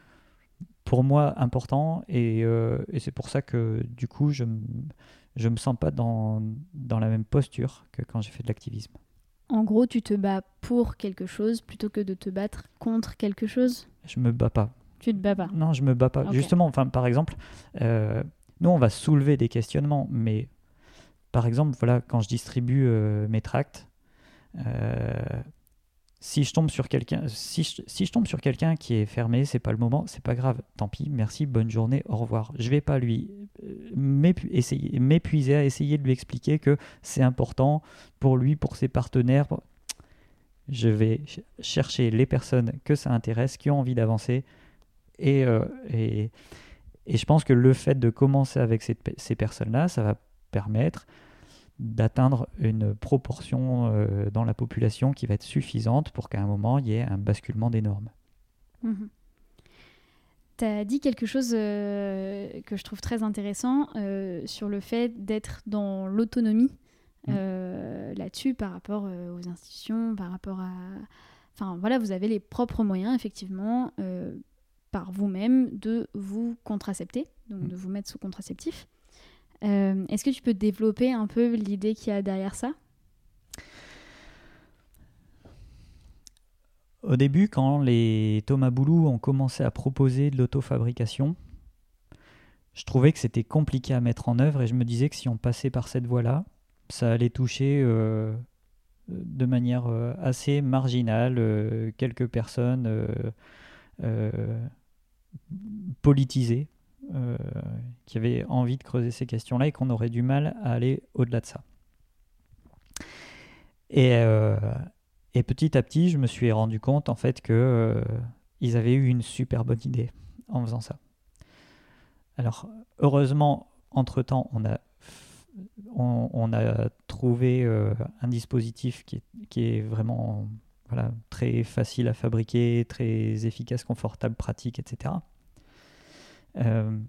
pour moi important et, euh, et c'est pour ça que du coup je m- je me sens pas dans, dans la même posture que quand j'ai fait de l'activisme. En gros, tu te bats pour quelque chose plutôt que de te battre contre quelque chose ? Je me bats pas. Tu te bats pas ? Non, je me bats pas. Okay. Justement, enfin, par exemple, euh, nous on va soulever des questionnements, mais par exemple, voilà, quand je distribue euh, mes tracts, euh, Si je tombe sur quelqu'un, si je, si je tombe sur quelqu'un qui est fermé, c'est pas le moment, c'est pas grave, tant pis, merci, bonne journée, au revoir. Je vais pas lui m'épu- essayer, m'épuiser à essayer de lui expliquer que c'est important pour lui, pour ses partenaires. Pour... Je vais ch- chercher les personnes que ça intéresse, qui ont envie d'avancer, et, euh, et, et je pense que le fait de commencer avec ces, ces personnes-là, ça va permettre d'atteindre une proportion euh, dans la population qui va être suffisante pour qu'à un moment, il y ait un basculement des normes. Mmh. Tu as dit quelque chose euh, que je trouve très intéressant euh, sur le fait d'être dans l'autonomie euh, mmh. là-dessus par rapport euh, aux institutions, par rapport à... Enfin, voilà, vous avez les propres moyens, effectivement, euh, par vous-même, de vous contracepter, donc mmh. de vous mettre sous contraceptif. Euh, est-ce que tu peux développer un peu l'idée qu'il y a derrière ça ? Au début, quand les Thomas Boulou ont commencé à proposer de l'autofabrication, je trouvais que c'était compliqué à mettre en œuvre et je me disais que si on passait par cette voie-là, ça allait toucher euh, de manière euh, assez marginale euh, quelques personnes euh, euh, politisées. Euh, qui avaient envie de creuser ces questions-là et qu'on aurait du mal à aller au-delà de ça. Et, euh, et petit à petit, je me suis rendu compte en fait que euh, ils avaient eu une super bonne idée en faisant ça. Alors, heureusement, entre-temps, on a f- on, on a trouvé euh, un dispositif qui est, qui est vraiment voilà, très facile à fabriquer, très efficace, confortable, pratique, et cetera. Euh,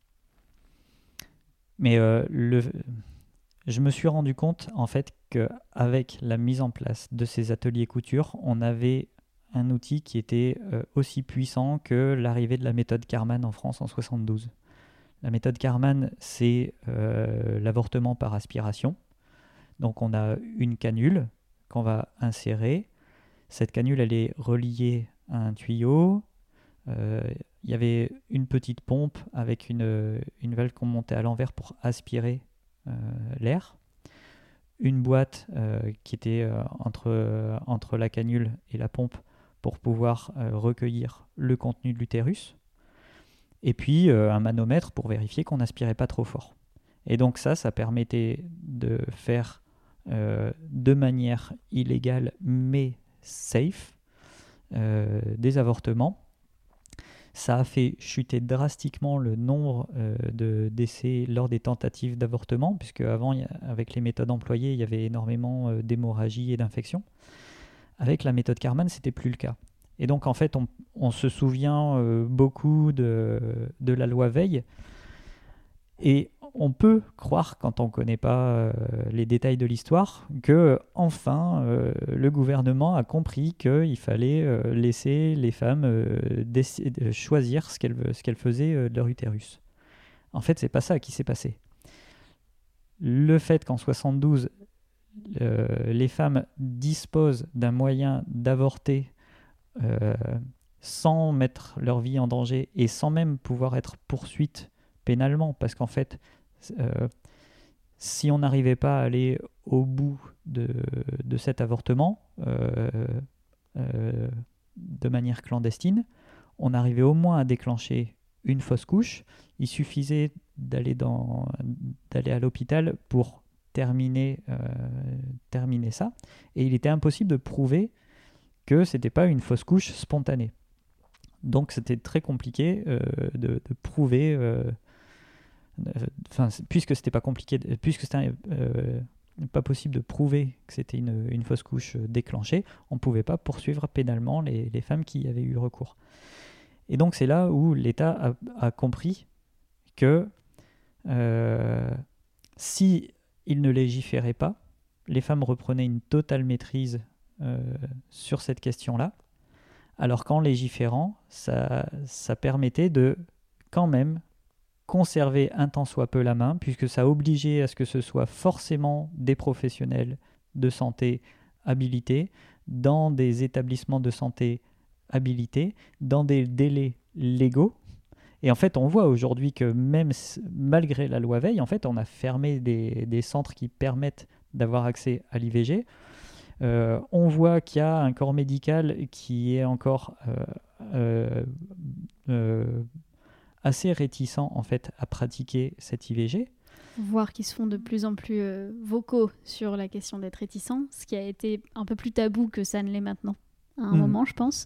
mais euh, le, je me suis rendu compte en fait qu'avec la mise en place de ces ateliers couture, on avait un outil qui était euh, aussi puissant que l'arrivée de la méthode Karman en France en soixante-douze. La méthode Karman, c'est euh, l'avortement par aspiration. Donc on a une canule qu'on va insérer. Cette canule, elle est reliée à un tuyau. Euh, il y avait une petite pompe avec une, une valve qu'on montait à l'envers pour aspirer euh, l'air. Une boîte euh, qui était euh, entre, euh, entre la canule et la pompe pour pouvoir euh, recueillir le contenu de l'utérus. Et puis euh, un manomètre pour vérifier qu'on n'aspirait pas trop fort. Et donc ça, ça permettait de faire euh, de manière illégale mais safe euh, des avortements. Ça a fait chuter drastiquement le nombre euh, de décès lors des tentatives d'avortement, puisque avant, avec les méthodes employées, il y avait énormément euh, d'hémorragie et d'infections. Avec la méthode Karman, c'était plus le cas. Et donc, en fait, on, on se souvient euh, beaucoup de, de la loi Veil. Et on peut croire, quand on ne connaît pas euh, les détails de l'histoire, que enfin euh, le gouvernement a compris qu'il fallait euh, laisser les femmes euh, déc- choisir ce qu'elles, ce qu'elles faisaient euh, de leur utérus. En fait, ce n'est pas ça qui s'est passé. Le fait qu'en soixante-douze, euh, les femmes disposent d'un moyen d'avorter euh, sans mettre leur vie en danger et sans même pouvoir être poursuites pénalement, parce qu'en fait, euh, si on n'arrivait pas à aller au bout de, de cet avortement euh, euh, de manière clandestine, on arrivait au moins à déclencher une fausse couche. Il suffisait d'aller, dans, d'aller à l'hôpital pour terminer, euh, terminer ça, et il était impossible de prouver que ce n'était pas une fausse couche spontanée. Donc c'était très compliqué euh, de, de prouver... Euh, Enfin, puisque c'était pas compliqué, puisque c'était euh, pas possible de prouver que c'était une, une fausse couche déclenchée, on ne pouvait pas poursuivre pénalement les, les femmes qui y avaient eu recours. Et donc c'est là où l'État a, a compris que euh, si il ne légiférait pas, les femmes reprenaient une totale maîtrise euh, sur cette question-là, alors qu'en légiférant, ça, ça permettait de quand même conserver un tant soit peu la main, puisque ça obligeait à ce que ce soit forcément des professionnels de santé habilités, dans des établissements de santé habilités, dans des délais légaux. Et en fait, on voit aujourd'hui que même malgré la loi Veil, en fait, on a fermé des, des centres qui permettent d'avoir accès à l'I V G. Euh, on voit qu'il y a un corps médical qui est encore... Euh, euh, euh, assez réticents en fait à pratiquer cette I V G. Voir qu'ils se font de plus en plus euh, vocaux sur la question d'être réticents, ce qui a été un peu plus tabou que ça ne l'est maintenant, à un mmh. moment, je pense.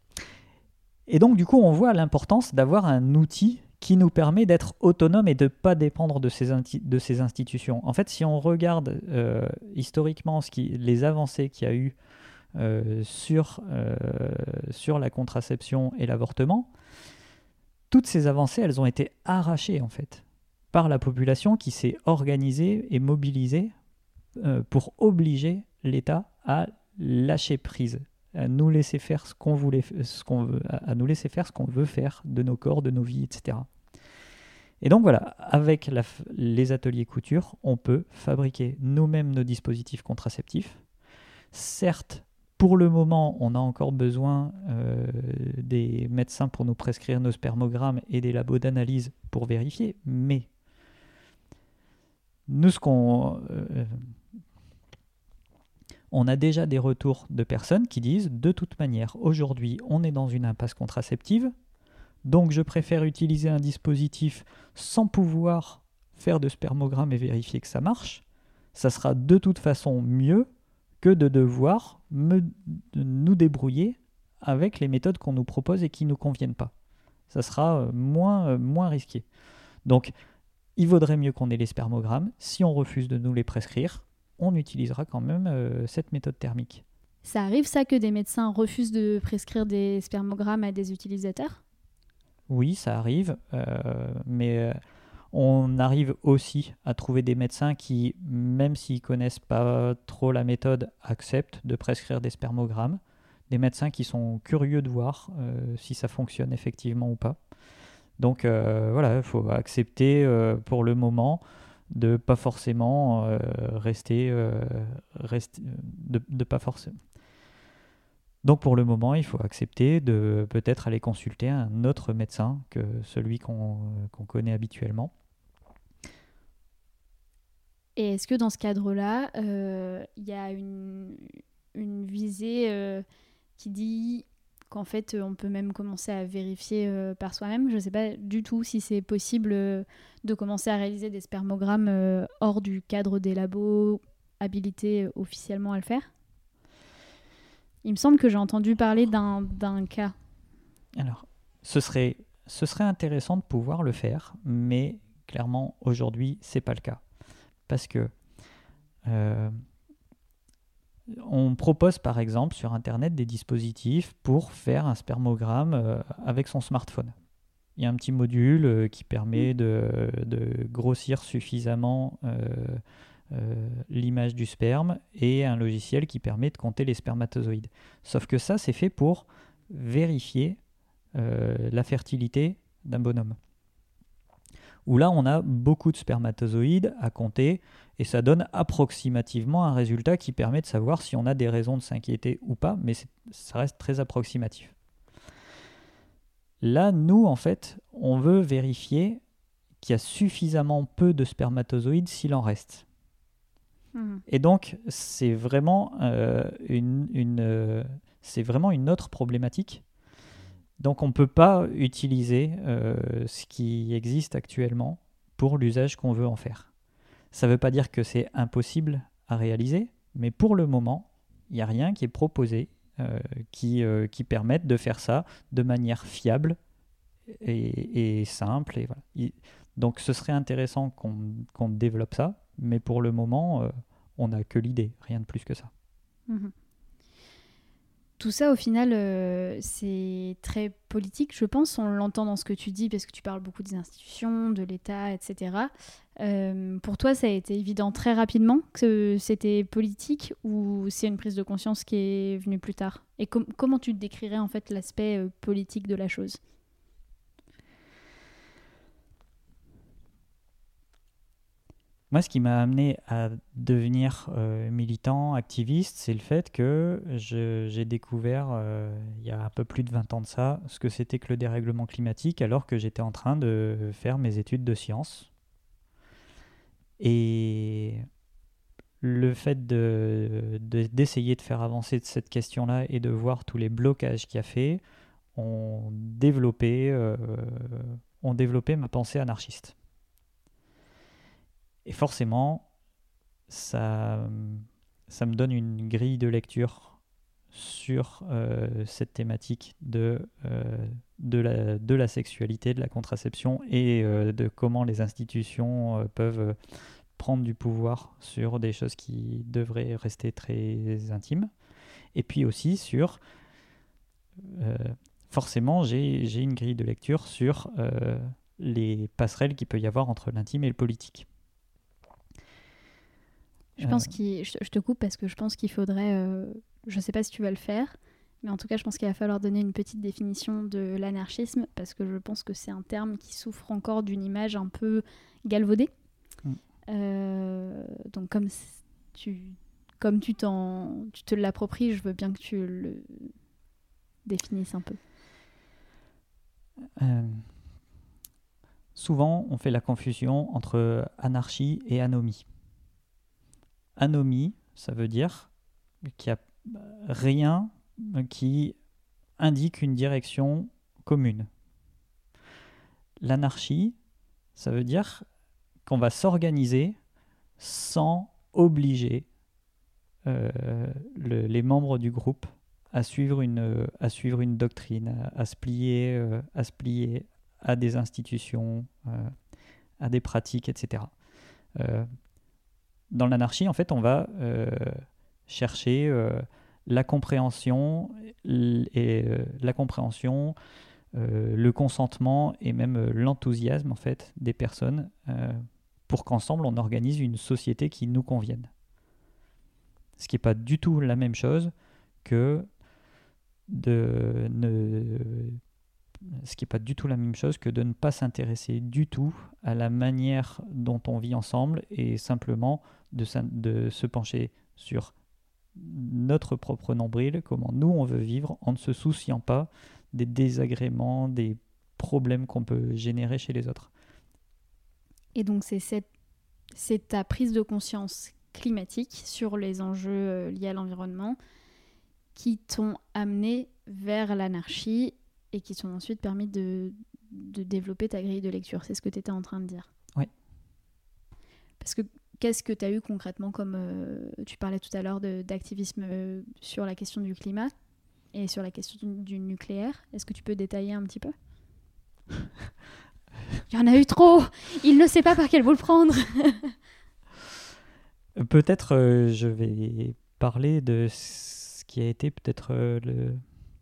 Et donc, du coup, on voit l'importance d'avoir un outil qui nous permet d'être autonome et de ne pas dépendre de ces, inti- de ces institutions. En fait, si on regarde euh, historiquement ce qui, les avancées qu'il y a eu euh, sur, euh, sur la contraception et l'avortement, toutes ces avancées, elles ont été arrachées en fait par la population qui s'est organisée et mobilisée euh, pour obliger l'État à lâcher prise, à nous laisser faire ce qu'on voulait, ce qu'on veut, à nous laisser faire ce qu'on veut faire de nos corps, de nos vies, et cetera. Et donc voilà, avec la, les ateliers couture, on peut fabriquer nous-mêmes nos dispositifs contraceptifs. Certes, pour le moment, on a encore besoin euh, des médecins pour nous prescrire nos spermogrammes et des labos d'analyse pour vérifier, mais nous, ce qu'on, euh, on a déjà des retours de personnes qui disent de toute manière, aujourd'hui, on est dans une impasse contraceptive, donc je préfère utiliser un dispositif sans pouvoir faire de spermogramme et vérifier que ça marche. Ça sera de toute façon mieux que de devoir me, de nous débrouiller avec les méthodes qu'on nous propose et qui ne nous conviennent pas. Ça sera moins, moins risqué. Donc, il vaudrait mieux qu'on ait les spermogrammes. Si on refuse de nous les prescrire, on utilisera quand même euh, cette méthode thermique. Ça arrive ça que des médecins refusent de prescrire des spermogrammes à des utilisateurs ? Oui, ça arrive, euh, mais euh, on arrive aussi à trouver des médecins qui, même s'ils connaissent pas trop la méthode, acceptent de prescrire des spermogrammes. Des médecins qui sont curieux de voir euh, si ça fonctionne effectivement ou pas. Donc euh, voilà, il faut accepter euh, pour le moment de pas forcément euh, rester, euh, rester de, de pas forcément. Donc pour le moment, il faut accepter de peut-être aller consulter un autre médecin que celui qu'on, qu'on connaît habituellement. Et est-ce que dans ce cadre-là, il euh, y a une, une visée euh, qui dit qu'en fait, on peut même commencer à vérifier euh, par soi-même ? Je ne sais pas du tout si c'est possible euh, de commencer à réaliser des spermogrammes euh, hors du cadre des labos habilités euh, officiellement à le faire ? Il me semble que j'ai entendu parler d'un, d'un cas. Alors, ce serait, ce serait intéressant de pouvoir le faire, mais clairement, aujourd'hui, ce n'est pas le cas. Parce que euh, on propose par exemple sur Internet des dispositifs pour faire un spermogramme euh, avec son smartphone. Il y a un petit module euh, qui permet de, de grossir suffisamment euh, euh, l'image du sperme et un logiciel qui permet de compter les spermatozoïdes. Sauf que ça, c'est fait pour vérifier euh, la fertilité d'un bonhomme. Où là, on a beaucoup de spermatozoïdes à compter et ça donne approximativement un résultat qui permet de savoir si on a des raisons de s'inquiéter ou pas, mais c'est, ça reste très approximatif. Là, nous, en fait, on veut vérifier qu'il y a suffisamment peu de spermatozoïdes s'il en reste. Mmh. Et donc, c'est vraiment, euh, une, une, euh, c'est vraiment une autre problématique. Donc on ne peut pas utiliser euh, ce qui existe actuellement pour l'usage qu'on veut en faire. Ça ne veut pas dire que c'est impossible à réaliser, mais pour le moment, il n'y a rien qui est proposé euh, qui, euh, qui permette de faire ça de manière fiable et, et simple. Et voilà. Il, donc ce serait intéressant qu'on, qu'on développe ça, mais pour le moment, euh, on n'a que l'idée, rien de plus que ça. Mmh. Tout ça, au final, euh, c'est très politique, je pense. On l'entend dans ce que tu dis, parce que tu parles beaucoup des institutions, de l'État, et cetera. Euh, pour toi, ça a été évident très rapidement que c'était politique, ou c'est une prise de conscience qui est venue plus tard ? Et com- comment tu décrirais en fait l'aspect euh, politique de la chose ? Moi, ce qui m'a amené à devenir euh, militant, activiste, c'est le fait que je, j'ai découvert, euh, il y a un peu plus de vingt ans de ça, ce que c'était que le dérèglement climatique, alors que j'étais en train de faire mes études de sciences. Et le fait de, de, d'essayer de faire avancer cette question-là et de voir tous les blocages qu'il y a fait, ont développé, euh, ont développé ma pensée anarchiste. Et forcément, ça, ça me donne une grille de lecture sur euh, cette thématique de, euh, de, la, de la sexualité, de la contraception et euh, de comment les institutions euh, peuvent prendre du pouvoir sur des choses qui devraient rester très intimes. Et puis aussi sur... Euh, forcément, j'ai, j'ai une grille de lecture sur euh, les passerelles qu'il peut y avoir entre l'intime et le politique. Je pense qu'il, je te coupe parce que je pense qu'il faudrait, euh, je ne sais pas si tu vas le faire, mais en tout cas je pense qu'il va falloir donner une petite définition de l'anarchisme parce que je pense que c'est un terme qui souffre encore d'une image un peu galvaudée. Mm. Euh, donc comme tu, comme tu, t'en, tu te l'appropries, je veux bien que tu le définisses un peu. Euh, souvent on fait la confusion entre anarchie et anomie. Anomie, ça veut dire qu'il n'y a rien qui indique une direction commune. L'anarchie, ça veut dire qu'on va s'organiser sans obliger euh, le, les membres du groupe à suivre une, à suivre une doctrine, à, à, se plier, euh, à se plier à des institutions, euh, à des pratiques, et cetera. Euh, dans l'anarchie, en fait, on va euh, chercher euh, la compréhension, et, euh, la compréhension euh, le consentement et même euh, l'enthousiasme en fait, des personnes euh, pour qu'ensemble on organise une société qui nous convienne. Ce qui n'est pas du tout la même chose que de ne... ce qui n'est pas du tout la même chose que de ne pas s'intéresser du tout à la manière dont on vit ensemble et simplement de, de se pencher sur notre propre nombril, comment nous on veut vivre, en ne se souciant pas des désagréments, des problèmes qu'on peut générer chez les autres. Et donc c'est, cette, c'est ta prise de conscience climatique sur les enjeux liés à l'environnement qui t'ont amené vers l'anarchie et qui t'ont ensuite permis de, de développer ta grille de lecture. C'est ce que tu étais en train de dire. Oui. Parce que qu'est-ce que tu as eu concrètement comme... Euh, tu parlais tout à l'heure de, d'activisme euh, sur la question du climat et sur la question du, du nucléaire. Est-ce que tu peux détailler un petit peu ? Il y en a eu trop. Il ne sait pas par quel bout le prendre. Peut-être euh, je vais parler de ce qui a été peut-être euh, le...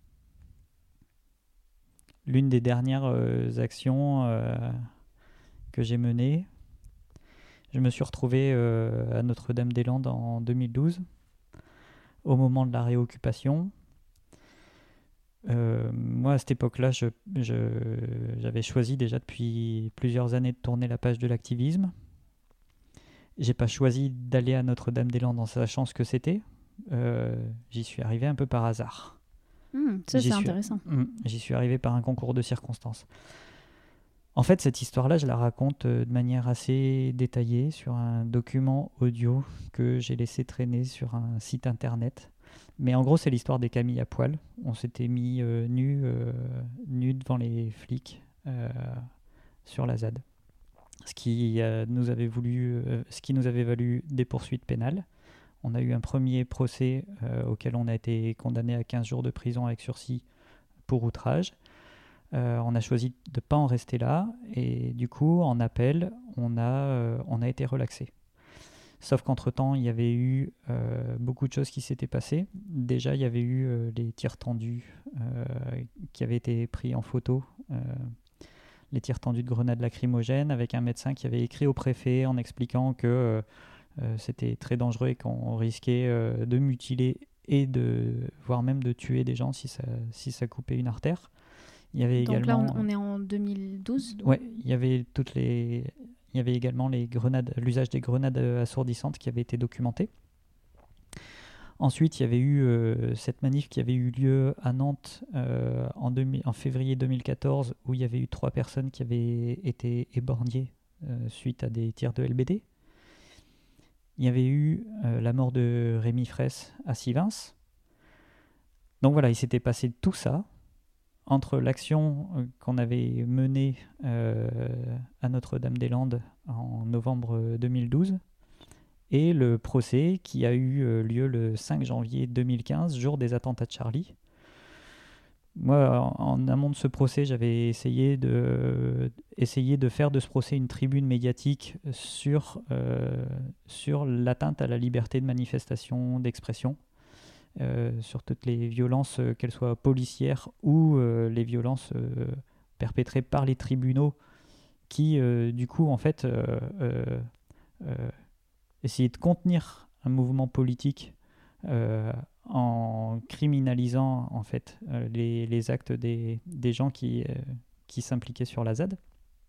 l'une des dernières euh, actions euh, que j'ai menées. Je me suis retrouvé euh, à Notre-Dame-des-Landes en deux mille douze, au moment de la réoccupation. Euh, moi, à cette époque-là, je, je, j'avais choisi déjà depuis plusieurs années de tourner la page de l'activisme. J'ai pas choisi d'aller à Notre-Dame-des-Landes en sachant ce que c'était. Euh, j'y suis arrivé un peu par hasard. Mmh, ça, j'y c'est suis, intéressant. Mmh, j'y suis arrivé par un concours de circonstances. En fait, cette histoire-là, je la raconte de manière assez détaillée sur un document audio que j'ai laissé traîner sur un site internet. Mais en gros, c'est l'histoire des Camilles à poil. On s'était mis euh, nus euh, nus devant les flics euh, sur la Z A D. Ce qui, euh, nous avait voulu, euh, ce qui nous avait valu des poursuites pénales. On a eu un premier procès euh, auquel on a été condamné à quinze jours de prison avec sursis pour outrage. Euh, on a choisi de ne pas en rester là et du coup, en appel, on a, euh, on a été relaxé. Sauf qu'entre-temps, il y avait eu euh, beaucoup de choses qui s'étaient passées. Déjà, il y avait eu euh, les tirs tendus euh, qui avaient été pris en photo, euh, les tirs tendus de grenades lacrymogènes, avec un médecin qui avait écrit au préfet en expliquant que euh, euh, c'était très dangereux et qu'on risquait euh, de mutiler et de, voire même de tuer des gens si ça, si ça coupait une artère. Il y avait Donc également, là, on, on est en deux mille douze. Ouais, il y avait toutes les, il y avait également les grenades, l'usage des grenades assourdissantes qui avait été documenté. Ensuite, il y avait eu euh, cette manif qui avait eu lieu à Nantes euh, en, demi, en février deux mille quatorze, où il y avait eu trois personnes qui avaient été éborgnées euh, suite à des tirs de L B D. Il y avait eu euh, la mort de Rémi Fraisse à Sivins. Donc voilà, il s'était passé tout ça entre l'action qu'on avait menée euh, à Notre-Dame-des-Landes en novembre deux mille douze et le procès qui a eu lieu le cinq janvier deux mille quinze, jour des attentats de Charlie. Moi, en, en amont de ce procès, j'avais essayé de, essayé de faire de ce procès une tribune médiatique sur, euh, sur l'atteinte à la liberté de manifestation, d'expression. Euh, sur toutes les violences, euh, qu'elles soient policières ou euh, les violences euh, perpétrées par les tribunaux qui, euh, du coup, en fait, euh, euh, euh, essayaient de contenir un mouvement politique euh, en criminalisant, en fait, euh, les, les actes des, des gens qui, euh, qui s'impliquaient sur la Z A D.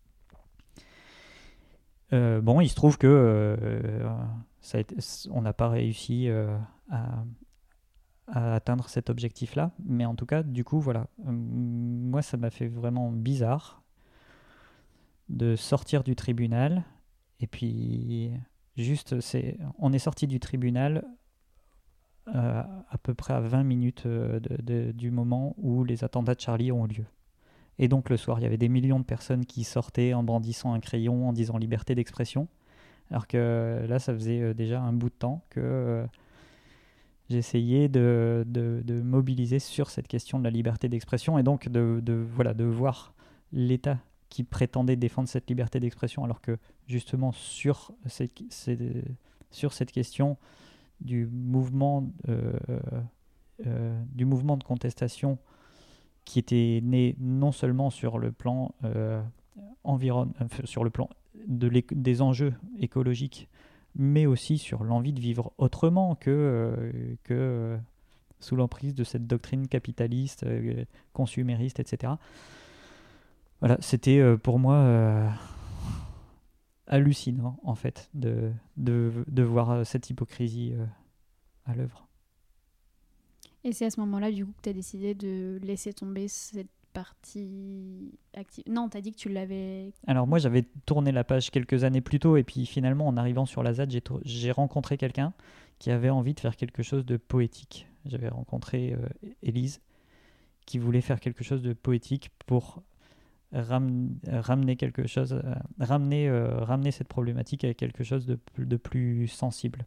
Euh, bon, il se trouve que euh, ça a été, on n'a pas réussi euh, à à atteindre cet objectif-là, mais en tout cas, du coup, voilà, euh, moi, ça m'a fait vraiment bizarre de sortir du tribunal, et puis, juste, c'est, on est sorti du tribunal euh, à peu près à vingt minutes de, de, du moment où les attentats de Charlie ont eu lieu. Et donc, le soir, il y avait des millions de personnes qui sortaient en brandissant un crayon, en disant « liberté d'expression », alors que là, ça faisait déjà un bout de temps que... Euh, j'essayais de, de, de mobiliser sur cette question de la liberté d'expression et donc de, de, voilà, de voir l'état qui prétendait défendre cette liberté d'expression, alors que justement sur cette, c'est, sur cette question du mouvement, euh, euh, du mouvement de contestation qui était né non seulement sur le plan euh, environ, euh, sur le plan de des enjeux écologiques, mais aussi sur l'envie de vivre autrement que, euh, que euh, sous l'emprise de cette doctrine capitaliste, euh, consumériste, et cetera. Voilà, c'était euh, pour moi euh, hallucinant, en fait, de, de, de voir euh, cette hypocrisie euh, à l'œuvre. Et c'est à ce moment-là, du coup, que tu as décidé de laisser tomber cette partie active. Non, tu as dit que tu l'avais... Alors moi, j'avais tourné la page quelques années plus tôt, et puis finalement, en arrivant sur la Z A D, j'ai, to- j'ai rencontré quelqu'un qui avait envie de faire quelque chose de poétique. J'avais rencontré euh, Élise, qui voulait faire quelque chose de poétique pour ram- ramener quelque chose, euh, ramener, euh, ramener cette problématique à quelque chose de, plus- de plus sensible.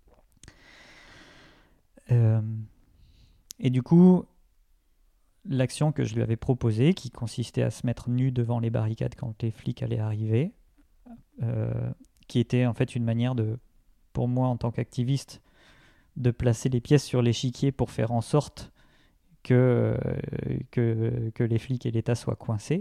Euh, et du coup, l'action que je lui avais proposée, qui consistait à se mettre nu devant les barricades quand les flics allaient arriver, euh, qui était en fait une manière de, pour moi en tant qu'activiste, de placer les pièces sur l'échiquier pour faire en sorte que, euh, que, que les flics et l'État soient coincés.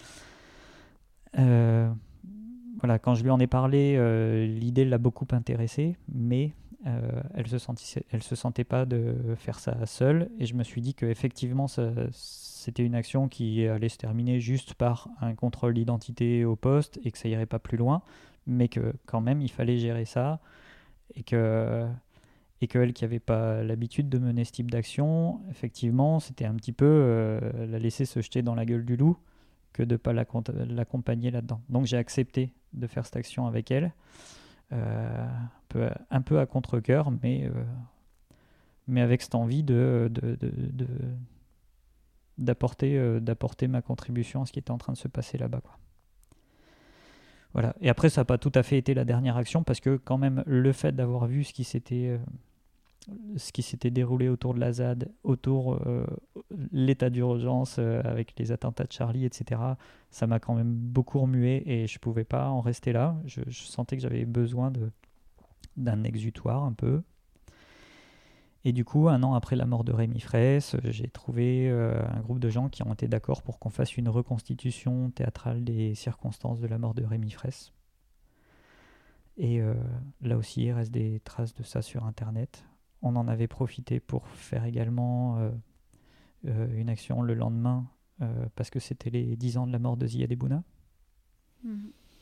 Euh, voilà, quand je lui en ai parlé, euh, l'idée l'a beaucoup intéressée, mais euh, elle se sentait, elle se sentait pas de faire ça seule, et je me suis dit que effectivement, ça, c'était une action qui allait se terminer juste par un contrôle d'identité au poste et que ça irait pas plus loin, mais que quand même il fallait gérer ça, et que et qu'elle qui n'avait pas l'habitude de mener ce type d'action, effectivement, c'était un petit peu euh, la laisser se jeter dans la gueule du loup que de ne pas l'accompagner là-dedans. Donc j'ai accepté de faire cette action avec elle, euh, un, peu, un peu à contre-cœur, mais, euh, mais avec cette envie de, de, de, de, d'apporter, euh, d'apporter ma contribution à ce qui était en train de se passer là-bas, quoi. Voilà. Et après, ça n'a pas tout à fait été la dernière action, parce que quand même, le fait d'avoir vu ce qui s'était, euh, ce qui s'était déroulé autour de la Z A D, autour euh, l'état d'urgence euh, avec les attentats de Charlie, et cetera, ça m'a quand même beaucoup remué et je ne pouvais pas en rester là. Je, je sentais que j'avais besoin de, d'un exutoire un peu. Et du coup, un an après la mort de Rémi Fraisse, j'ai trouvé euh, un groupe de gens qui ont été d'accord pour qu'on fasse une reconstitution théâtrale des circonstances de la mort de Rémi Fraisse. Et euh, là aussi, il reste des traces de ça sur Internet. On en avait profité pour faire également euh, euh, une action le lendemain, euh, parce que c'était les dix ans de la mort de Ziad Ebouna. Mmh.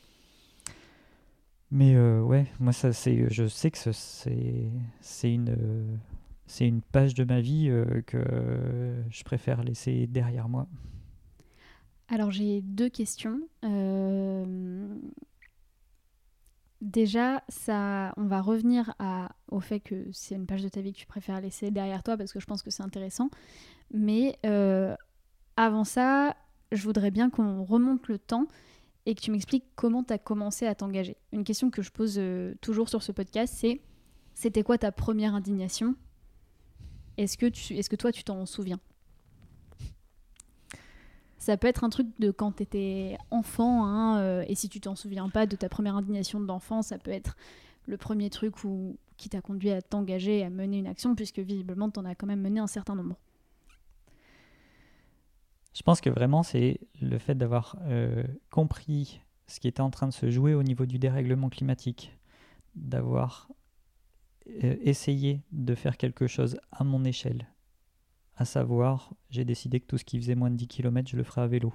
Mais euh, ouais, moi, ça, c'est, je sais que ce, c'est, c'est une... Euh, C'est une page de ma vie euh, que je préfère laisser derrière moi. Alors j'ai deux questions. Euh... Déjà, ça, on va revenir à, au fait que c'est une page de ta vie que tu préfères laisser derrière toi parce que je pense que c'est intéressant. Mais euh, avant ça, je voudrais bien qu'on remonte le temps et que tu m'expliques comment tu as commencé à t'engager. Une question que je pose euh, toujours sur ce podcast, c'est c'était quoi ta première indignation ? Est-ce que, tu, est-ce que toi, tu t'en souviens ? Ça peut être un truc de quand tu étais enfant, hein, euh, et si tu t'en souviens pas de ta première indignation d'enfant, ça peut être le premier truc où, qui t'a conduit à t'engager, à mener une action, puisque visiblement, tu en as quand même mené un certain nombre. Je pense que vraiment, c'est le fait d'avoir euh, compris ce qui était en train de se jouer au niveau du dérèglement climatique, d'avoir Euh, essayer de faire quelque chose à mon échelle, à savoir, j'ai décidé que tout ce qui faisait moins de dix kilomètres, je le ferais à vélo.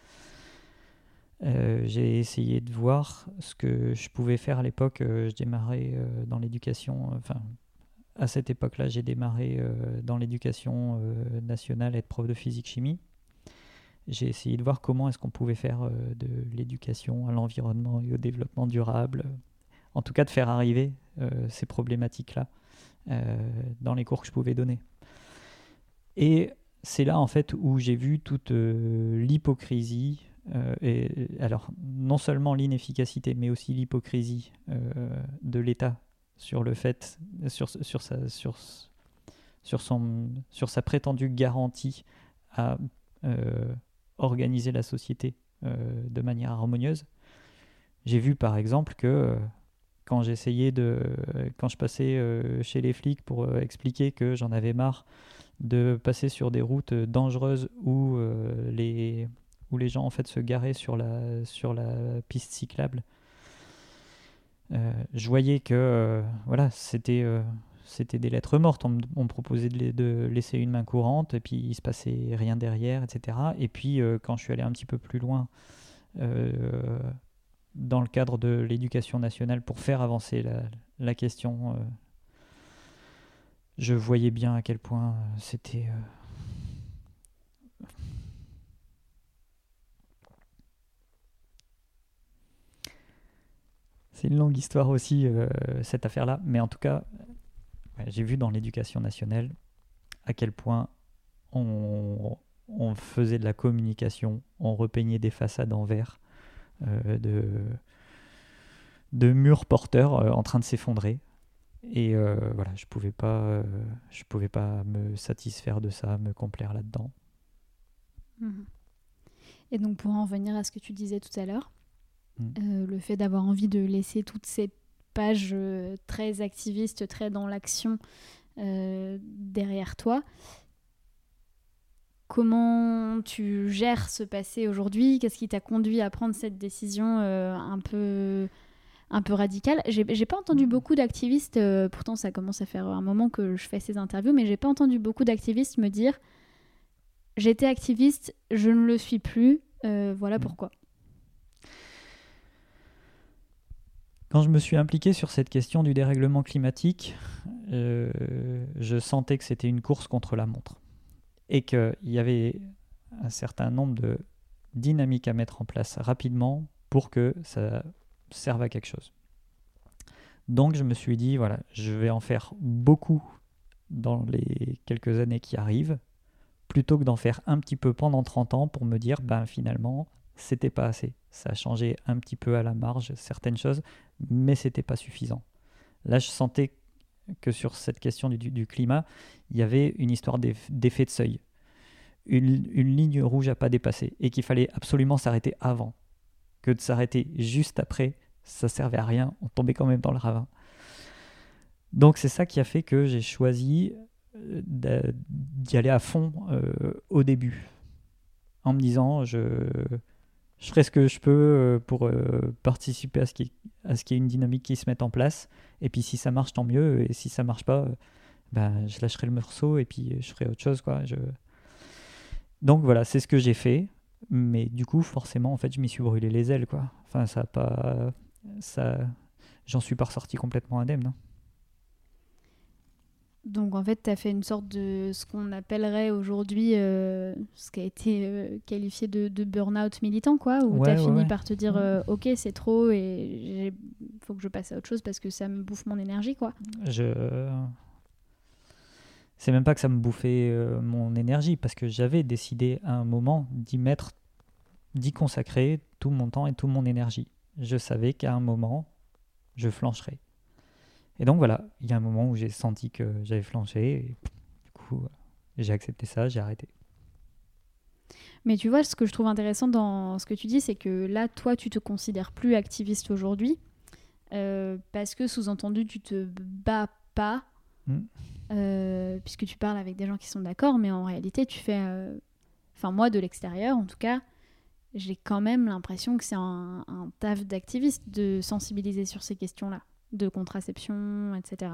Euh, j'ai essayé de voir ce que je pouvais faire à l'époque. Euh, je démarrais euh, dans l'éducation, enfin, à cette époque-là, j'ai démarré euh, dans l'éducation euh, nationale, être prof de physique-chimie. J'ai essayé de voir comment est-ce qu'on pouvait faire euh, de l'éducation à l'environnement et au développement durable, en tout cas de faire arriver euh, ces problématiques-là euh, dans les cours que je pouvais donner. Et c'est là en fait où j'ai vu toute euh, l'hypocrisie, euh, et alors non seulement l'inefficacité, mais aussi l'hypocrisie euh, de l'État sur le fait, sur, sur, sa, sur, sur, son, sur sa prétendue garantie à euh, organiser la société euh, de manière harmonieuse. J'ai vu par exemple que euh, quand j'essayais de, euh, quand je passais euh, chez les flics pour euh, expliquer que j'en avais marre de passer sur des routes dangereuses où euh, les où les gens en fait se garaient sur la sur la piste cyclable, euh, je voyais que euh, voilà c'était euh, c'était des lettres mortes. On me, on me proposait de, les, de laisser une main courante et puis il se passait rien derrière, et cetera. Et puis euh, quand je suis allé un petit peu plus loin euh, dans le cadre de l'éducation nationale pour faire avancer la, la question, euh, je voyais bien à quel point c'était... Euh... C'est une longue histoire aussi, euh, cette affaire-là. Mais en tout cas, ouais, j'ai vu dans l'éducation nationale à quel point on, on faisait de la communication, on repeignait des façades en verre, euh, de, de murs porteurs euh, en train de s'effondrer. Et euh, voilà, je pouvais pas, euh, je pouvais pas me satisfaire de ça, me complaire là-dedans. Mmh. Et donc pour en revenir à ce que tu disais tout à l'heure, mmh. euh, le fait d'avoir envie de laisser toutes ces pages euh, très activistes, très dans l'action euh, derrière toi, comment tu gères ce passé aujourd'hui ? Qu'est-ce qui t'a conduit à prendre cette décision euh, un peu... un peu radical. J'ai, j'ai pas entendu beaucoup d'activistes, euh, pourtant ça commence à faire un moment que je fais ces interviews, mais j'ai pas entendu beaucoup d'activistes me dire « J'étais activiste, je ne le suis plus, euh, voilà mmh. pourquoi ». Quand je me suis impliqué sur cette question du dérèglement climatique, euh, je sentais que c'était une course contre la montre et qu'il y avait un certain nombre de dynamiques à mettre en place rapidement pour que ça serve à quelque chose. Donc je me suis dit, voilà, je vais en faire beaucoup dans les quelques années qui arrivent, plutôt que d'en faire un petit peu pendant trente ans pour me dire, ben finalement, c'était pas assez. Ça a changé un petit peu à la marge certaines choses, mais c'était pas suffisant. Là, je sentais que sur cette question du, du climat, il y avait une histoire d'effet de seuil, une, une ligne rouge à pas dépasser, et qu'il fallait absolument s'arrêter avant. Que de s'arrêter juste après, ça servait à rien, on tombait quand même dans le ravin. Donc c'est ça qui a fait que j'ai choisi d'y aller à fond euh, au début, en me disant je, je ferai ce que je peux pour euh, participer à ce qui à ce qu'il y ait une dynamique qui se mette en place, et puis si ça marche tant mieux, et si ça marche pas, ben, je lâcherai le morceau et puis je ferai autre chose, quoi. Je... Donc voilà, c'est ce que j'ai fait. Mais du coup, forcément, en fait, je m'y suis brûlé les ailes, quoi. Enfin, ça a pas... Ça... J'en suis pas ressorti complètement indemne, non. Donc, en fait, tu as fait une sorte de... ce qu'on appellerait aujourd'hui... Euh, ce qui a été euh, qualifié de, de burn-out militant, quoi. Où ouais, tu as ouais, fini ouais. par te dire, euh, OK, c'est trop et il faut que je passe à autre chose parce que ça me bouffe mon énergie, quoi. Je... C'est même pas que ça me bouffait euh, mon énergie, parce que j'avais décidé à un moment d'y mettre, d'y consacrer tout mon temps et toute mon énergie. Je savais qu'à un moment, je flancherais. Et donc voilà, il y a un moment où j'ai senti que j'avais flanché, et du coup, j'ai accepté ça, j'ai arrêté. Mais tu vois, ce que je trouve intéressant dans ce que tu dis, c'est que là, toi, tu te considères plus activiste aujourd'hui, euh, parce que, sous-entendu, tu te bats pas, mmh. Euh, puisque tu parles avec des gens qui sont d'accord, mais en réalité tu fais enfin euh... moi de l'extérieur en tout cas j'ai quand même l'impression que c'est un, un taf d'activiste de sensibiliser sur ces questions là de contraception, etc.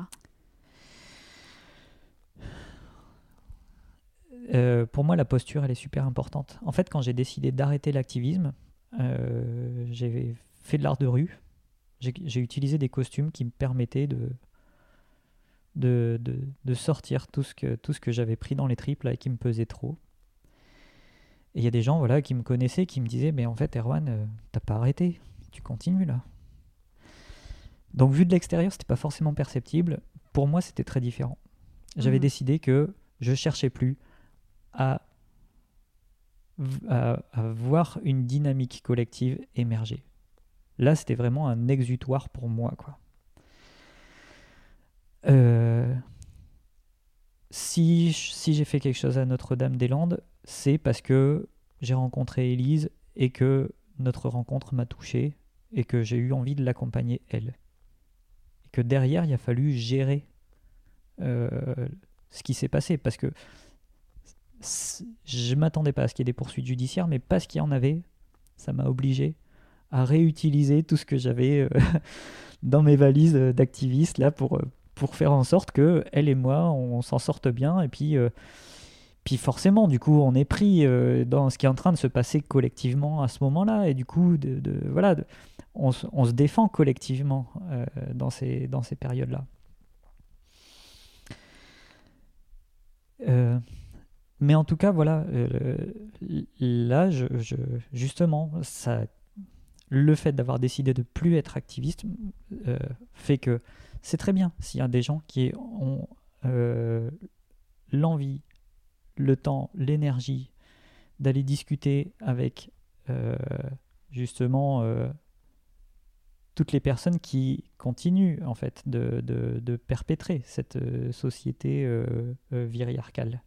Euh, pour moi la posture elle est super importante. En fait, quand j'ai décidé d'arrêter l'activisme, euh, j'ai fait de l'art de rue, j'ai, j'ai utilisé des costumes qui me permettaient de De, de, de sortir tout ce, que, tout ce que j'avais pris dans les tripes là, et qui me pesait trop. Et il y a des gens voilà, qui me connaissaient, qui me disaient mais en fait Erwan, euh, t'as pas arrêté, tu continues là. Donc vu de l'extérieur, c'était pas forcément perceptible. Pour moi, c'était très différent. J'avais mmh. décidé que je cherchais plus à, à, à voir une dynamique collective émerger. Là, c'était vraiment un exutoire pour moi, quoi. Euh, si, si j'ai fait quelque chose à Notre-Dame-des-Landes, c'est parce que j'ai rencontré Élise et que notre rencontre m'a touché et que j'ai eu envie de l'accompagner, elle. Et que derrière, il a fallu gérer euh, ce qui s'est passé. Parce que je ne m'attendais pas à ce qu'il y ait des poursuites judiciaires, mais parce qu'il y en avait, ça m'a obligé à réutiliser tout ce que j'avais euh, dans mes valises d'activistes là, pour, pour faire en sorte que elle et moi, on s'en sorte bien. Et puis... Euh, Puis forcément, du coup, on est pris euh, dans ce qui est en train de se passer collectivement à ce moment-là. Et du coup, de, de, voilà, de, on, on se défend collectivement euh, dans ces, dans ces périodes-là. Euh, mais en tout cas, voilà, euh, là, je, je, justement, ça, le fait d'avoir décidé de ne plus être activiste euh, fait que c'est très bien s'il y a des gens qui ont euh, l'envie, le temps, l'énergie d'aller discuter avec euh, justement euh, toutes les personnes qui continuent en fait de, de, de perpétrer cette euh, société euh, euh, viriarcale.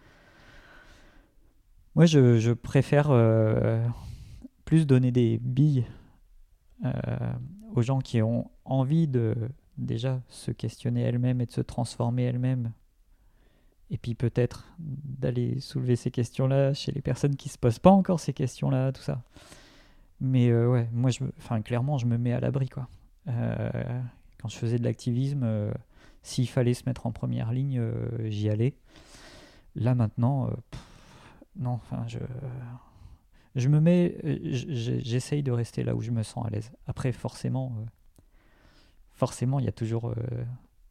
Moi, je, je préfère euh, plus donner des billes euh, aux gens qui ont envie de déjà se questionner elles-mêmes et de se transformer elles-mêmes. Et puis peut-être d'aller soulever ces questions-là chez les personnes qui ne se posent pas encore ces questions-là, tout ça. Mais euh, ouais, moi, je, enfin, clairement, je me mets à l'abri, quoi. Euh, quand je faisais de l'activisme, euh, s'il fallait se mettre en première ligne, euh, j'y allais. Là, maintenant, euh, pff, non, enfin, je, je me mets, j'essaye de rester là où je me sens à l'aise. Après, forcément, euh, forcément, il y a toujours... Euh,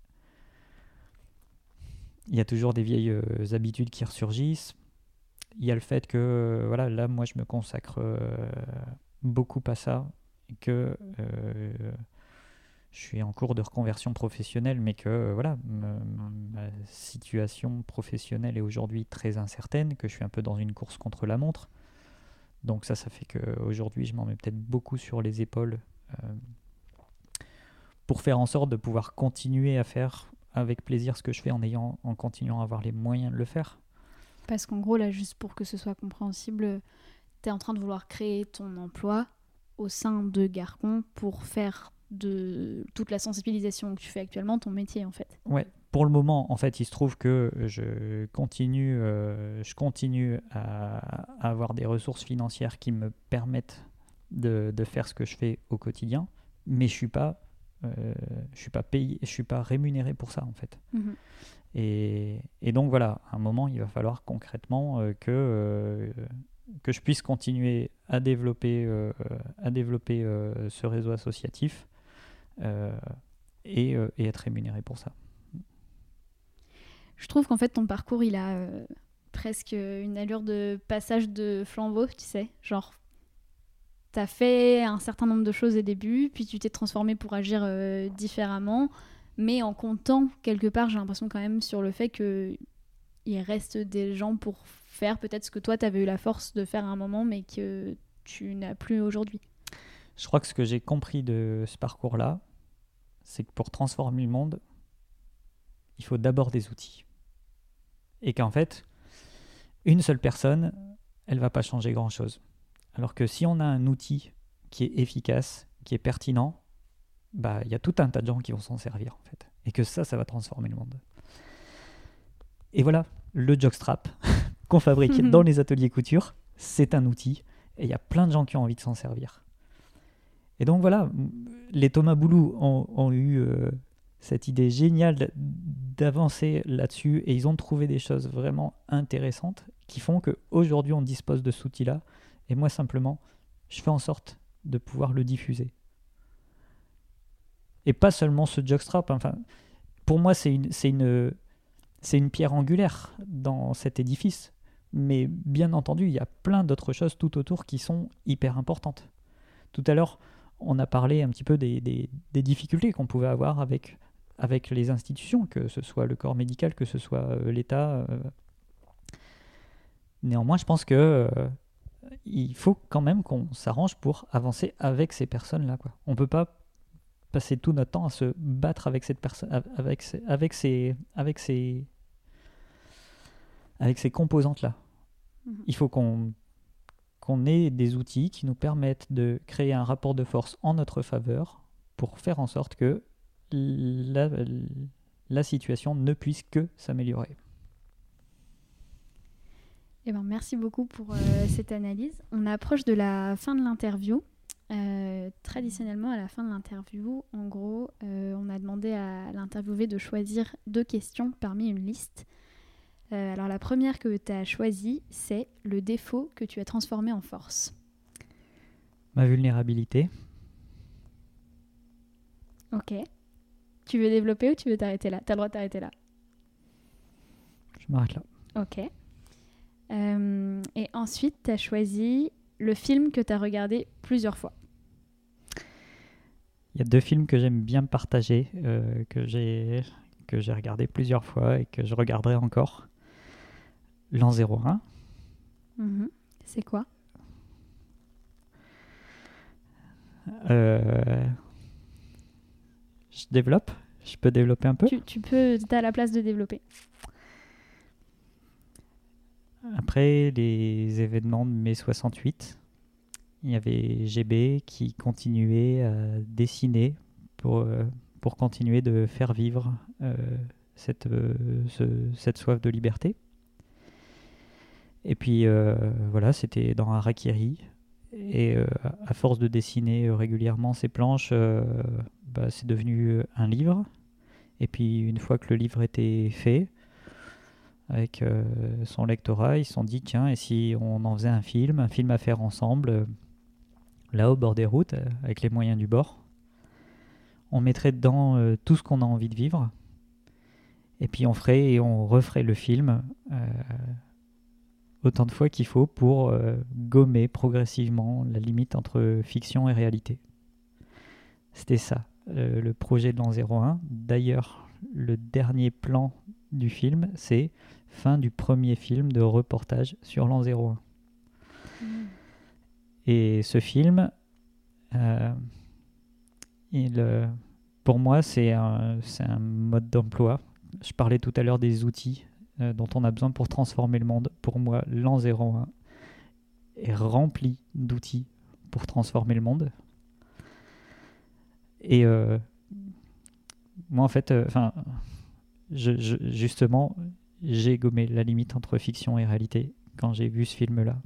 Il y a toujours des vieilles euh, habitudes qui ressurgissent. Il y a le fait que, euh, voilà, là, moi, je me consacre euh, beaucoup à ça, et que euh, je suis en cours de reconversion professionnelle, mais que, euh, voilà, m- ma situation professionnelle est aujourd'hui très incertaine, que je suis un peu dans une course contre la montre. Donc ça, ça fait qu'aujourd'hui, je m'en mets peut-être beaucoup sur les épaules euh, pour faire en sorte de pouvoir continuer à faire avec plaisir ce que je fais en, ayant, en continuant à avoir les moyens de le faire. Parce qu'en gros, là, juste pour que ce soit compréhensible, tu es en train de vouloir créer ton emploi au sein de Garcon pour faire de toute la sensibilisation que tu fais actuellement ton métier, en fait. Ouais, pour le moment, en fait, il se trouve que je continue, euh, je continue à, à avoir des ressources financières qui me permettent de, de faire ce que je fais au quotidien, mais je suis pas Euh, je suis pas payé, je suis pas rémunéré pour ça en fait. Mmh. Et, et donc voilà, à un moment, il va falloir concrètement euh, que euh, que je puisse continuer à développer euh, à développer euh, ce réseau associatif euh, et, euh, et être rémunéré pour ça. Je trouve qu'en fait ton parcours il a euh, presque une allure de passage de flambeau, tu sais, genre t'as fait un certain nombre de choses au début, puis tu t'es transformé pour agir euh, différemment, mais en comptant quelque part, j'ai l'impression quand même sur le fait qu'il reste des gens pour faire peut-être ce que toi t'avais eu la force de faire à un moment, mais que tu n'as plus aujourd'hui. Je crois que ce que j'ai compris de ce parcours-là, c'est que pour transformer le monde, il faut d'abord des outils. Et qu'en fait, une seule personne, elle va pas changer grand-chose. Alors que si on a un outil qui est efficace, qui est pertinent, bah, y a tout un tas de gens qui vont s'en servir en fait. Et que ça, ça va transformer le monde. Et voilà, le jockstrap qu'on fabrique dans les ateliers couture, c'est un outil. Et il y a plein de gens qui ont envie de s'en servir. Et donc voilà, les Thomas Boulou ont, ont eu euh, cette idée géniale d'avancer là-dessus. Et ils ont trouvé des choses vraiment intéressantes qui font qu'aujourd'hui, on dispose de cet outil-là. Et moi, simplement, je fais en sorte de pouvoir le diffuser. Et pas seulement ce jockstrap. Enfin, pour moi, c'est une, c'est une, c'est une pierre angulaire dans cet édifice. Mais bien entendu, il y a plein d'autres choses tout autour qui sont hyper importantes. Tout à l'heure, on a parlé un petit peu des, des, des difficultés qu'on pouvait avoir avec, avec les institutions, que ce soit le corps médical, que ce soit euh, l'État. Euh. Néanmoins, je pense que... Euh, il faut quand même qu'on s'arrange pour avancer avec ces personnes-là, quoi. On ne peut pas passer tout notre temps à se battre avec cette personne, avec ces, avec ces, avec ces, avec ces composantes-là. Mmh. Il faut qu'on, qu'on ait des outils qui nous permettent de créer un rapport de force en notre faveur pour faire en sorte que la, la situation ne puisse que s'améliorer. Eh ben, merci beaucoup pour euh, cette analyse. On approche de la fin de l'interview. Euh, traditionnellement, à la fin de l'interview, en gros, euh, on a demandé à l'interviewé de choisir deux questions parmi une liste. Euh, alors la première que tu as choisie, c'est le défaut que tu as transformé en force. Ma vulnérabilité. Ok. Tu veux développer ou tu veux t'arrêter là ? Tu as le droit de t'arrêter là. Je m'arrête là. Ok. Euh, et ensuite, tu as choisi le film que tu as regardé plusieurs fois. Il y a deux films que j'aime bien partager, euh, que j'ai, que j'ai regardé plusieurs fois et que je regarderai encore. L'an zéro un. Mmh. C'est quoi ? euh, Je développe ? Je peux développer un peu ? Tu, tu peux, t'as la place de développer. Après les événements de mai soixante-huit, il y avait G B qui continuait à dessiner pour, euh, pour continuer de faire vivre euh, cette, euh, ce, cette soif de liberté. Et puis euh, voilà, c'était dans Harakiri. Et euh, à force de dessiner régulièrement ces planches, euh, bah, c'est devenu un livre. Et puis une fois que le livre était fait, avec euh, son lectorat, ils se sont dit tiens, et si on en faisait un film, un film à faire ensemble, euh, là au bord des routes, euh, avec les moyens du bord. On mettrait dedans euh, tout ce qu'on a envie de vivre, et puis on ferait et on referait le film euh, autant de fois qu'il faut pour euh, gommer progressivement la limite entre fiction et réalité. C'était ça, euh, le projet de l'an zéro un. D'ailleurs, le dernier plan du film, c'est fin du premier film de reportage sur l'an zéro un. Mmh. Et ce film, euh, il, euh, pour moi, c'est un, c'est un mode d'emploi. Je parlais tout à l'heure des outils euh, dont on a besoin pour transformer le monde. Pour moi, l'an zéro un est rempli d'outils pour transformer le monde. Et euh, moi, en fait, enfin... Euh, Je, je, justement, j'ai gommé la limite entre fiction et réalité quand j'ai vu ce film-là.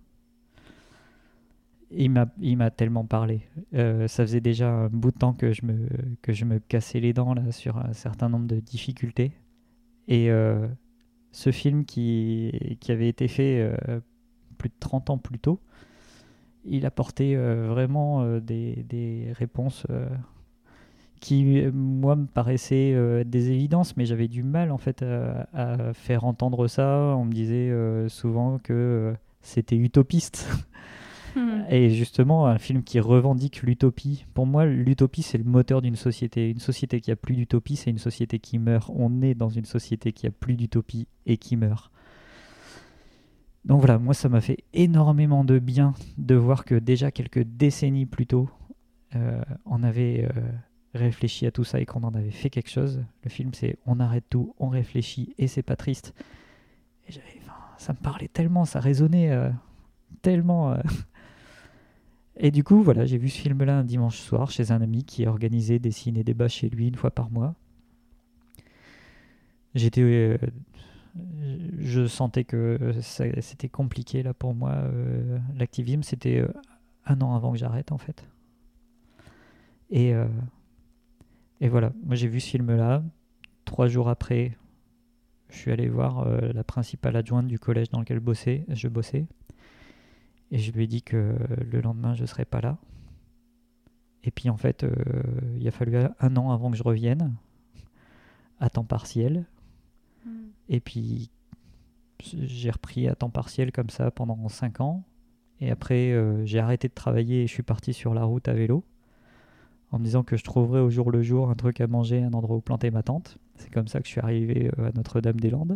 Il m'a, il m'a tellement parlé. Euh, ça faisait déjà un bout de temps que je me, que je me cassais les dents là, sur un certain nombre de difficultés. Et euh, ce film qui, qui avait été fait euh, plus de trente ans plus tôt, il apportait euh, vraiment euh, des, des réponses... Euh, qui, moi, me paraissaient euh, des évidences, mais j'avais du mal, en fait, à, à faire entendre ça. On me disait euh, souvent que euh, c'était utopiste. Mmh. Et justement, un film qui revendique l'utopie. Pour moi, l'utopie, c'est le moteur d'une société. Une société qui a plus d'utopie, c'est une société qui meurt. On est dans une société qui a plus d'utopie et qui meurt. Donc voilà, moi, ça m'a fait énormément de bien de voir que déjà quelques décennies plus tôt, euh, on avait... Euh, réfléchi à tout ça et qu'on en avait fait quelque chose. Le film, c'est on arrête tout, on réfléchit et c'est pas triste. Et j'avais, enfin, ça me parlait tellement, ça résonnait euh, tellement. Euh... Et du coup, voilà, j'ai vu ce film-là un dimanche soir chez un ami qui organisait des ciné-débats chez lui une fois par mois. J'étais, euh, je sentais que ça, c'était compliqué là pour moi. Euh, l'activisme, c'était euh, un an avant que j'arrête en fait. Et euh, Et voilà, moi j'ai vu ce film-là. Trois jours après, je suis allé voir euh, la principale adjointe du collège dans lequel je bossais, je bossais. Et je lui ai dit que le lendemain, je ne serais pas là. Et puis en fait, euh, il a fallu un an avant que je revienne, à temps partiel. Mmh. Et puis, j'ai repris à temps partiel comme ça pendant cinq ans. Et après, euh, j'ai arrêté de travailler et je suis parti sur la route à vélo, en me disant que je trouverais au jour le jour un truc à manger, un endroit où planter ma tente. C'est comme ça que je suis arrivé à Notre-Dame-des-Landes.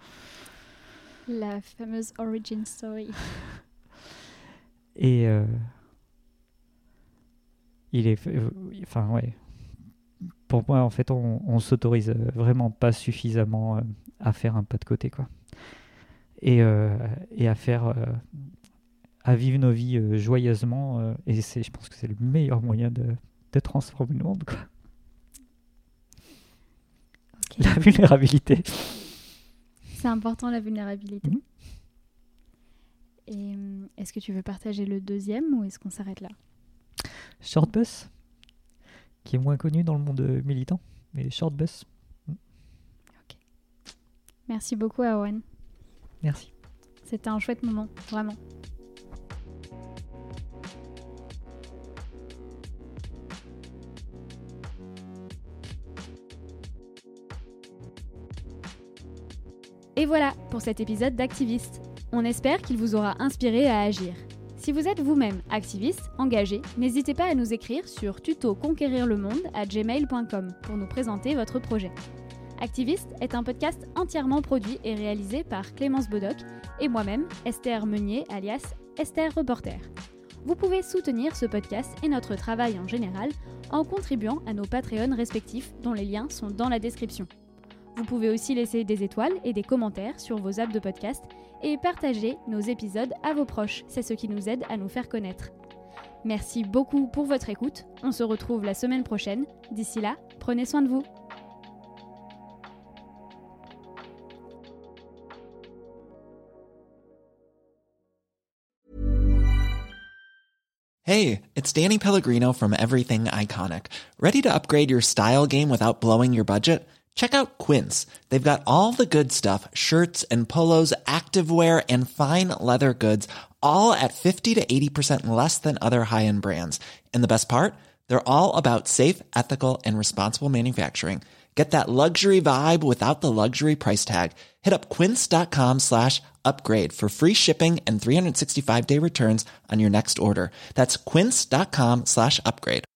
La fameuse origin story. Et euh, il est... Euh, enfin, ouais. Pour moi, en fait, on, on s'autorise vraiment pas suffisamment euh, à faire un pas de côté, quoi. Et, euh, et à faire... Euh, à vivre nos vies euh, joyeusement. Euh, et c'est, je pense que c'est le meilleur moyen de, de transformer le monde, quoi. Okay. La vulnérabilité. C'est important, la vulnérabilité. Mmh. Et est-ce que tu veux partager le deuxième ou est-ce qu'on s'arrête là? Shortbus, qui est moins connu dans le monde militant, mais Shortbus. Ok. Merci beaucoup, Erwan. Merci. C'était un chouette moment, vraiment. Et voilà pour cet épisode d'Activiste. On espère qu'il vous aura inspiré à agir. Si vous êtes vous-même activiste, engagé, n'hésitez pas à nous écrire sur tuto conquérir le monde arobase gmail point com pour nous présenter votre projet. Activiste est un podcast entièrement produit et réalisé par Clémence Bodoc et moi-même, Esther Meunier, alias Esther Reporter. Vous pouvez soutenir ce podcast et notre travail en général en contribuant à nos Patreons respectifs dont les liens sont dans la description. Vous pouvez aussi laisser des étoiles et des commentaires sur vos apps de podcast et partager nos épisodes à vos proches, c'est ce qui nous aide à nous faire connaître. Merci beaucoup pour votre écoute, on se retrouve la semaine prochaine. D'ici là, prenez soin de vous. Hey, it's Danny Pellegrino from Everything Iconic. Ready to upgrade your style game without blowing your budget? Check out Quince. They've got all the good stuff, shirts and polos, activewear, and fine leather goods, all at fifty to eighty percent less than other high-end brands. And the best part? They're all about safe, ethical, and responsible manufacturing. Get that luxury vibe without the luxury price tag. Hit up quince.com slash upgrade for free shipping and three sixty-five day returns on your next order. That's quince.com slash upgrade.